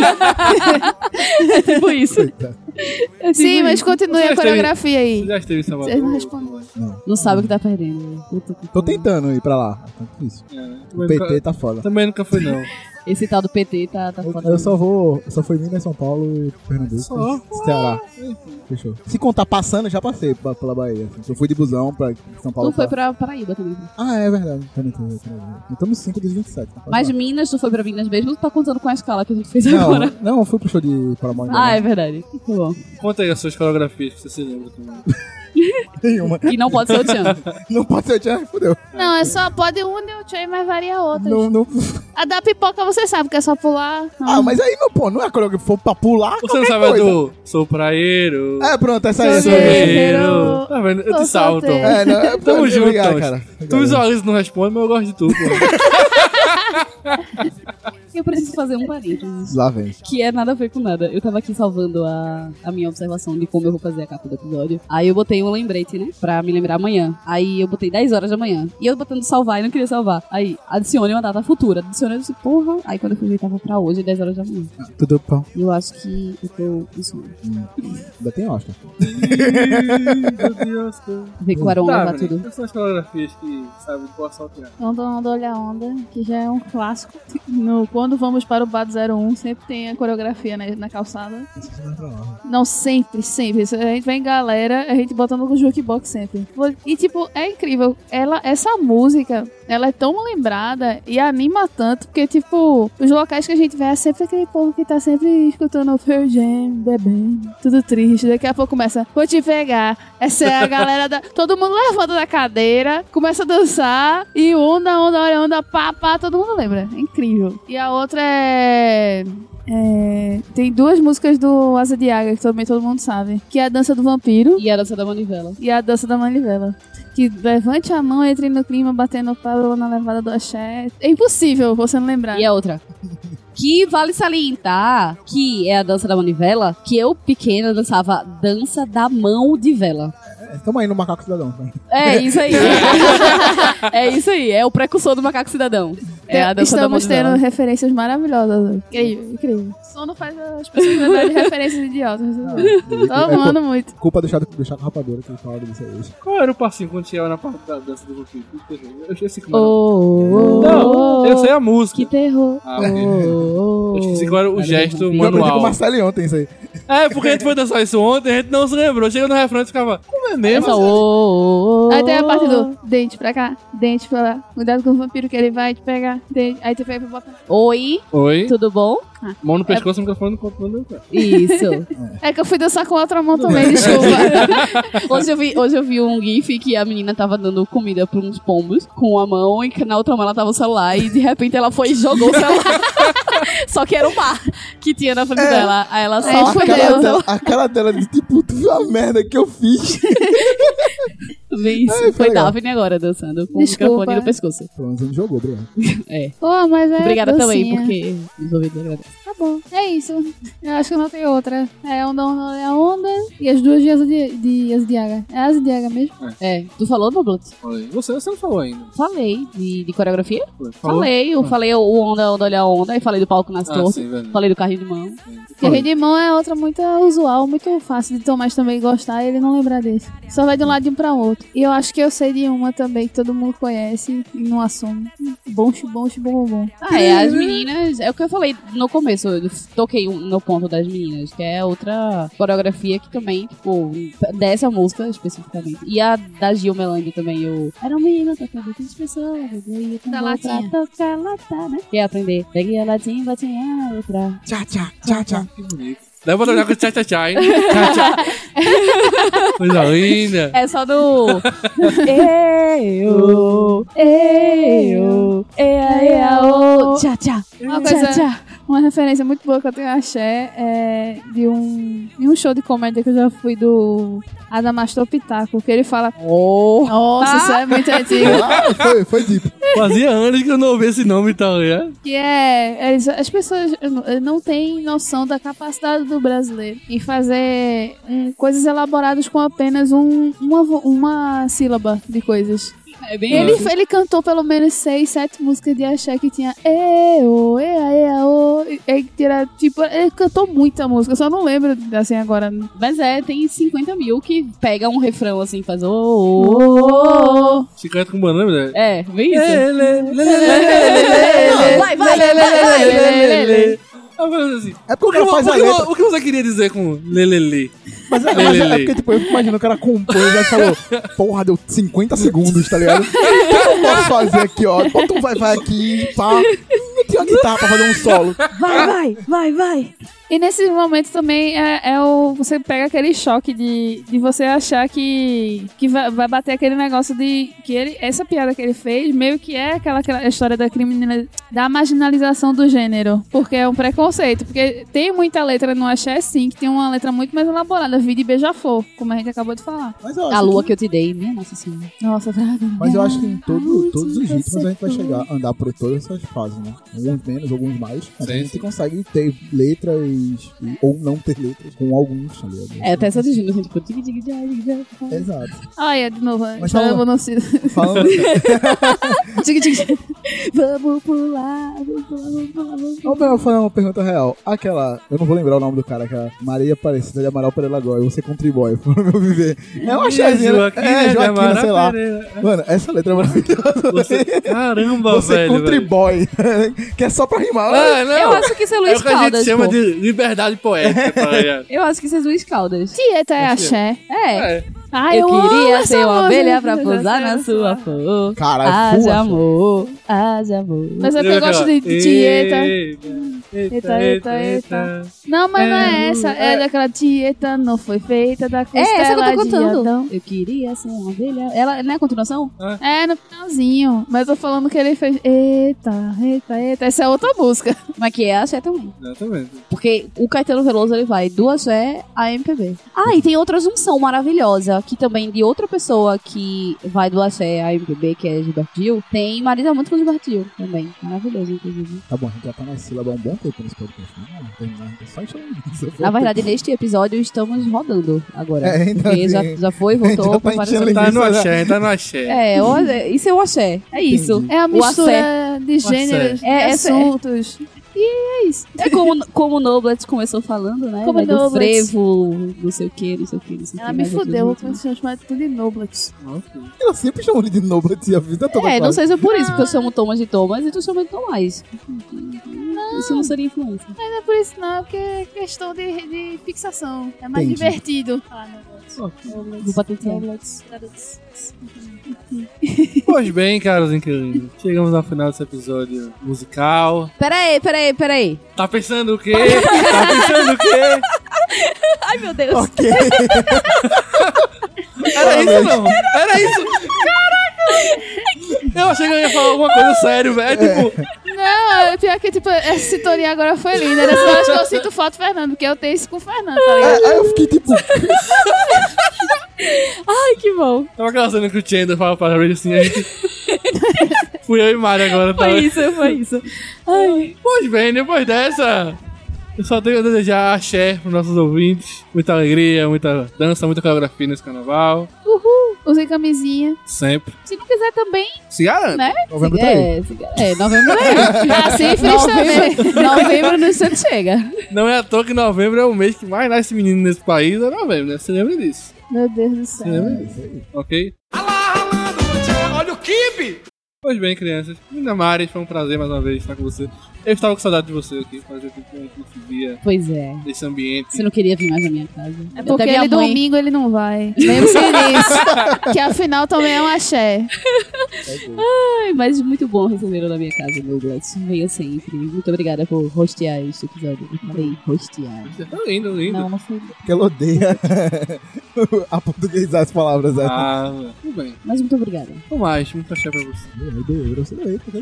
É tipo isso. É tipo Sim, mas isso. continue Você a já coreografia Você aí. já esteve em Salvador? Vocês não responderam. Não sabe o que tá perdendo. Puta que Tô pariu. tentando ir pra lá. Tá difícil. É, né? O Também P nunca- T tá foda. Também nunca fui, não. Esse tal do P T tá, tá Eu, foda. eu só vou. Eu só fui Minas, São Paulo e Pernambuco. Só? Ceará. Fechou. Se contar passando, já passei pra- pela Bahia. Eu fui de busão pra São Paulo. Tu foi pra- pra Paraíba também. Ah, é verdade. Peraí, peraí, peraí. Então nos cinco dos vinte e sete. Mas Minas, tu foi pra Minas mesmo ou tu tá contando com a escala que a gente fez Não, agora? não, eu fui pro show de Paramount. Ah, é verdade. Tá bom. Conta aí as suas coreografias que você se lembra também. Nenhuma. E não pode ser o Tchan. Não pode ser o Tchan, fodeu. Não, é só. Pode uma de um trio, mas varia outras. Não, não... A da pipoca você sabe que é só pular. Ah, mas aí, meu pô, não é coreografia. For pra pular, Você não qualquer sabe a coisa. do Sou Praeiro? É, pronto, essa aí. Sou essa aí. guerreiro. Tá vendo? Eu Tô te salvo, Tom. solteiro. É, não, é, Tamo pô, junto, obrigado, Tom. cara. Tu visualiza e não responde, mas eu gosto de tu, pô. Eu preciso fazer um parênteses. Lá vem. Que é nada a ver com nada. Eu tava aqui salvando a, a minha observação de como eu vou fazer a capa do episódio. Aí eu botei um lembrete, né? Pra me lembrar amanhã. Aí eu botei dez horas da manhã. E eu botando salvar e não queria salvar. Aí, adicione uma data futura. Adicione, eu disse, porra. Aí quando eu fui ver, tava pra hoje, dez horas da manhã. Tudo bom. E eu acho que eu tô com sono. Ainda tem Oscar. Meu Deus, cara. Ver que o Aron Tá, leva Vani, tudo. quais são as coreografias que sabe de boa saltear? Onda, onda, olha onda, que já é um clássico. No, quando vamos para o Bar do zero um, sempre tem a coreografia na, na calçada. Não, sempre, sempre. A gente vai em galera, a gente bota no jukebox sempre. E, tipo, é incrível. Ela, essa música, ela é tão lembrada e anima tanto, porque, tipo, os locais que a gente vai é sempre aquele povo que tá sempre escutando Pearl Jam, bebendo, tudo triste. Daqui a pouco começa, vou te pegar. Essa é a galera da... Todo mundo levanta da cadeira, começa a dançar e onda, onda, olha, onda, pá, pá, todo mundo lembra. É incrível. E a outra é... É, tem duas músicas do Asa de Águia que também todo mundo sabe, que é a Dança do Vampiro E a dança da manivela. e a Dança da Manivela. Que levante a mão, entre no clima, batendo o pau na levada do axé. É impossível você não lembrar. E a outra? Que vale salientar que é a dança da manivela, que eu, pequena, dançava dança da mão de vela. Estamos aí no Macaco Cidadão. Tá? É isso aí. É isso aí. É o precursor do macaco cidadão. É a dança da Estamos tendo manivela. referências maravilhosas. Incrível, incrível. Sono faz as pessoas lembrarem de referências idiotas. Tô amando muito. Culpa do Chaco, do Chaco Rapadura que eles falaram disso aí hoje. Qual era o passinho quando chegava na parte da dança do vampiro? Eu esqueci como era. Oh, oh, Não, oh, eu sei a música. Que terror. Ah, ok. Oh, oh, Eu esqueci qual era o oh. gesto Eu aprendi com o manual. Marcelo ontem isso aí. É, porque a gente foi dançar isso ontem, a gente não se lembrou. Chega no refrão e ficava, como é É mesmo? só, ô, ô, ô. Aí tem a parte do dente pra cá, dente pra lá. Cuidado com o vampiro que ele vai te pegar. Dente. Aí tu vai botar. Oi, Oi? tudo bom? Mão no pescoço, o microfone no controle. Isso. É que eu fui dançar com a outra mão também, desculpa. Hoje eu, vi, hoje eu vi um gif que a menina tava dando comida pra uns pombos com a mão e que na outra mão ela tava o celular e de repente ela foi e jogou o celular. Só que era o mar que tinha na frente É. dela. Aí ela É, só foi A perdeu cara, o dela, celular. a cara dela de tipo, tu viu a merda que eu fiz? Isso. É, foi Foi legal. Daphne agora dançando com Desculpa. o microfone no pescoço. Pelo menos ele jogou, obrigado. É. Pô, mas é. Obrigada também, docinha. porque os ouvidos agradecem. Tá bom. É isso. Eu acho que não tem outra. É onda, onda, é a onda. E as duas de asa de, de asa de água. É asa de água mesmo? É. Tu falou, Noblat? Oi. Você, você não falou ainda. Falei. De, de coreografia? Foi. Falou? Falei. Eu Ah. falei o onda, onda, olha a onda. Aí falei do palco nas Ah, torres. sim, velho. Falei do carrinho de mão. Porque de mão é outra muito usual, muito fácil de Tomás também gostar e ele não lembrar desse. Só vai de um ladinho pra outro. E eu acho que eu sei de uma também que todo mundo conhece e não assume. Bom, bom, bom, bom. Ah, é, as meninas, é o que eu falei no começo, eu toquei um- no ponto das meninas, que é outra coreografia que também, tipo, dessa música especificamente. E a da Gil Melandi também, o Era um menino tocando outras pessoas, eu ia Da tambor pra latinha. tocar lata, né? Quer aprender? Peguei a latinha, bati a outra. Tchá, tchá, tchá, tchá. Que bonito. Dá pra tocar com tchá tchá tchá, hein? Tchá tchá. Coisa linda. É só do... Eu, eu, ea, ea, o, tchá, tchá, Uma tchá, coisa, tchá. uma referência muito boa que eu tenho a axé é de um, de um show de comédia que eu já fui do Adamastor Pitaco, que ele fala. Oh. Nossa, isso é muito antigo. Ah, foi, foi deep. Fazia anos que eu não ouvi esse nome, tá ligado? Que é. Eles, as pessoas não- não têm noção da capacidade do brasileiro em fazer hum, coisas elaboradas com apenas um, uma, vo- uma sílaba de coisas. É bem Ele, isso. ele cantou pelo menos seis, sete músicas de axé que tinha e, o, ea, ea, o. E, e, tira, tipo, ele cantou muita música, eu só não lembro assim agora. Mas é, tem cinquenta mil que pega um refrão assim e faz ô, ô, ô, ô. Chiclete com banana, mulher. É, vem isso. Lê, lê, lê, lê, lê, lê, Vai, vai, lê, lê, vai, lê, vai, lê, vai, lê, lê, lê. Eu falei assim, É o porque que, o cara faz o, a que, letra. o que você queria dizer com lelele? Mas, é, mas é, é porque, tipo, eu fico imaginando o cara compôs e falou, porra, deu cinquenta segundos, tá ligado? O que eu posso fazer aqui, ó? Bota um vai, vai aqui, pá. Não tinha uma guitarra pra fazer um solo. Vai, vai, vai, vai. E nesse momento também é, é o. Você pega aquele choque de, de você achar que, que vai, vai bater aquele negócio de. Que ele, essa piada que ele fez meio que é aquela, aquela história da criminalidade, da marginalização do gênero. Porque é um preconceito. Porque tem muita letra no axé, sim, que tem uma letra muito mais elaborada. Vida e beija-flor, como a gente acabou de falar. Mas eu acho A lua que, que eu te dei, minha nossa senhora. Nossa, verdade. mas eu acho que em todo, todos os ritmos a gente vai chegar, andar por todas essas fases, né? Alguns menos, alguns mais. Mas a Sim, gente sim. consegue ter letras e- ou não ter letras com alguns, tá ligado? É, até essa de Gino, assim, tipo, tig, tig, tig, tig, tig. Exato. Ah, é, de novo. Mas Só fala- eu vou não se. Falando, Tig, tig. Vamos pular, vamos pular, vamos pular, vamos pular. Ô, Bel, vou fazer uma pergunta real. Aquela, eu não vou lembrar o nome do cara, aquela Maria Aparecida de Amaral Pereira Goy, você contribui pro meu viver. É uma chazinha, né? É, Joaquina, sei lá. Mano, essa letra é maravilhosa. Você, caramba, Você velho. contribui, que é só pra rimar. Ah, não. Eu acho que isso é É Luiz o que a gente Caldas, chama pô. de liberdade poética, tá ligado? Eu acho que isso é Luiz Caldas. Tieta é axé. É. É. Ah, eu amo queria essa ser uma música. abelha pra pousar na sua flor. Caralho, full Haja axé. amor, haja amor. Mas é porque eu gosto de Tieta. Eita, Eita, eita, eita. Não, mas não é essa. É daquela Tieta, não foi feita da É costela essa que eu tô de cantando. Adão. Eu queria ser uma abelha. Ela não é a continuação? É, no finalzinho. Mas eu tô falando que ele fez. Eita, eita, eita. Essa é outra música. Mas que é axé também. Exatamente. Porque o Caetano Veloso, ele vai do axé a M P B. Ah, e tem outra junção maravilhosa, que também de outra pessoa que vai do axé a M P B, que é Gilberto Gil. Tem Marisa muito com Gilberto Gil também. Maravilhoso, inclusive. Tá bom, a gente já tá na sílaba há um bom tempo nesse podcast. Não, não, terminar, a gente só enxerga isso. Na verdade, neste episódio estamos rodando agora. É, ainda porque já, bem. já foi, A gente voltou já pra tá várias enchendo Tá no linguiça, axé, tá no axé. É, o- isso é o axé. É isso. Entendi. É a O mistura de gêneros, É, de essa é- assuntos. É como, como o Noblet começou falando, né? Como Vai do Noblet. frevo, não sei o que, não sei o que, não sei o que. Ela me mais outros fudeu, eu ritmos. comecei a chamar tudo de Noblets. Ela sempre chamou ele de Noblet a vida toda. É, não quase. sei se é por isso, porque eu chamo Thomas de Thomas e tu chama de Tomás. Isso não seria influência. Não é por isso não, é porque é questão de, de fixação. É mais Entendi. divertido. Ah, meu Deus. Vou patentear. Pois bem, caros inquilinos, chegamos ao final desse episódio musical. Peraí, peraí, peraí. Tá pensando o quê? Tá pensando o quê? Ai, meu Deus. Ok. Era isso não? Era isso? Caraca! Eu achei que eu ia falar alguma coisa sério, velho. Tipo, Não, é pior que tipo, essa sintonia agora foi linda. Nessa hora acho que eu sinto falta do Fernando, porque eu tenho isso com o Fernando, tá ligado? Aí aí eu fiquei tipo. Ai, que bom. tava aquela cena que o Chandler fala pra Ray assim, a gente... Fui eu e Mari agora, tá? Foi isso, foi isso. Ai. Pois bem, depois dessa, eu só tenho a desejar axé pros nossos ouvintes. Muita alegria, muita dança, muita coreografia nesse carnaval. Uhul. Usem camisinha. Sempre. Se não quiser também, Se garante. né? Novembro tá aí. É, é, novembro é. Assim, feliz também. Novembro, novembro no instante chega. Não é à toa que novembro é o mês que mais nasce menino nesse país, é novembro, né? Você lembra disso? Meu Deus do Você céu. lembra disso? Ok? Olha o kibe! Pois bem, crianças. Linda Mari, foi um prazer mais uma vez estar com você. Eu estava com saudade de você aqui, fazer tempo que a gente não se via Pois é. nesse ambiente. Você não queria vir mais na minha casa. É porque Até minha ele mãe- domingo ele não vai. Lembre-se disso. Que afinal também é um axé. Ai, mas muito bom recebê-lo na minha casa, Douglas. Venha sempre. Muito obrigada por hostear este episódio. Eu falei hostear. Você tá lindo, lindo. Não, não foi. Porque ela odeia a portuguesar as palavras. Né? Ah, tudo bem. Mas muito obrigada. O mais, muito axé pra você.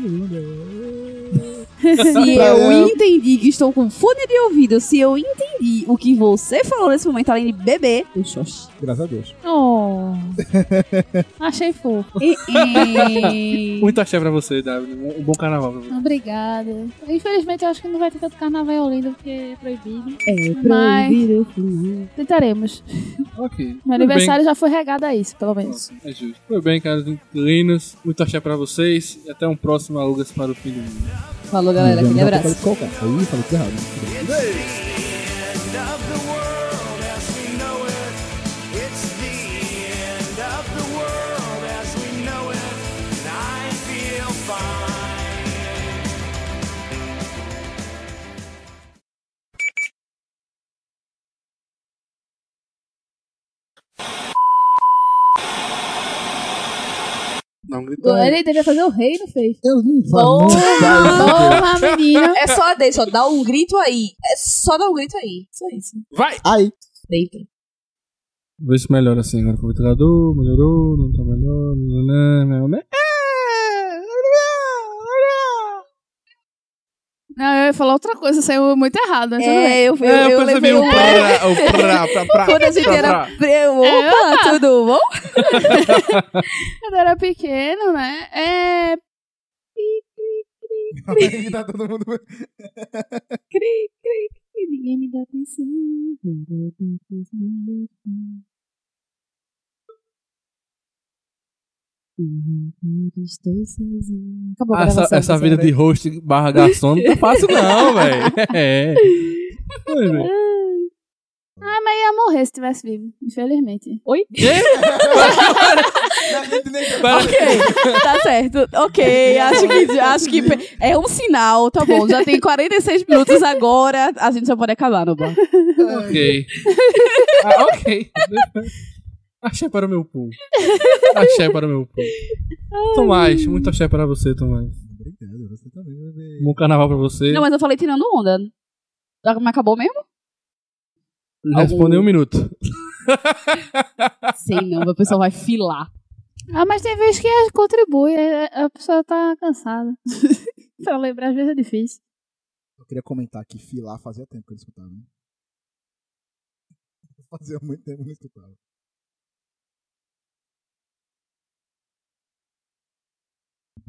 Se eu entendi que estou com fone de ouvido, se eu entendi o que você falou nesse momento, além de beber, eu xoxi. Graças a Deus. Oh. Achei fofo. E- e- Muito axé pra você, Davi. Um bom carnaval pra você. Obrigada. Infelizmente eu acho que não vai ter tanto carnaval em Olinda porque é proibido. É Mas- proibido fumar. Tentaremos. Ok. Meu Tudo aniversário já foi regado a isso, pelo menos. bem. É justo. Foi bem, caros inquilinos. Muito axé pra vocês. E até um próximo Alugas para o Fim do Mundo. Falou, galera. Aquele Já abraço. falei qualquer. Aí falei tudo errado. End of the world as we know it. It's the end of the world as we know it. And I feel fine. Não gritou. Ele devia fazer o rei, não fez? Eu não Bom. vou. Porra, menino. É só deixa, dá um grito aí. É só dar um grito aí. Só isso. Vai! Aí. Deita. Vê se melhora assim agora com o ventilador. Melhorou, não tá melhor. Não, não, não. Não, eu ia falar outra coisa, saiu muito errado, mas tudo bem. É, eu, eu, É, eu eu percebi levei o um... pra, o pra, pra, pra, Quando a gente pra, era... pra. Opa, tudo bom? Quando eu era pequeno, né? É. Tá todo mundo. Cri, cri, cri, ninguém me dá atenção. Quero dar desmaio. Eu estou sozinha. Acabou a Ah, essa, gravação, essa pessoal. vida de host barra garçom não tá fácil não, velho. É. Pois bem. Ah, mas ia morrer se tivesse vivo, infelizmente. Oi? Quê? Ok, tá certo. Ok, acho que, acho que é um sinal, tá bom. Já tem quarenta e seis minutos agora, a gente já pode acabar no bar. Ok. Ah, ok. Axé para o meu povo. Axé para o meu povo. Tomás, muito axé para você, Tomás. Obrigado, você também, bebê. Bom carnaval pra você. Não, mas eu falei tirando onda. Já me acabou mesmo? Respondeu um minuto. Sei não, o pessoal vai filar. Ah, mas tem vezes que contribui, a a pessoa tá cansada. Pra lembrar, às vezes é difícil. Eu queria comentar que filar fazia tempo que eu não escutava. Né? Fazia muito tempo que eu não escutava.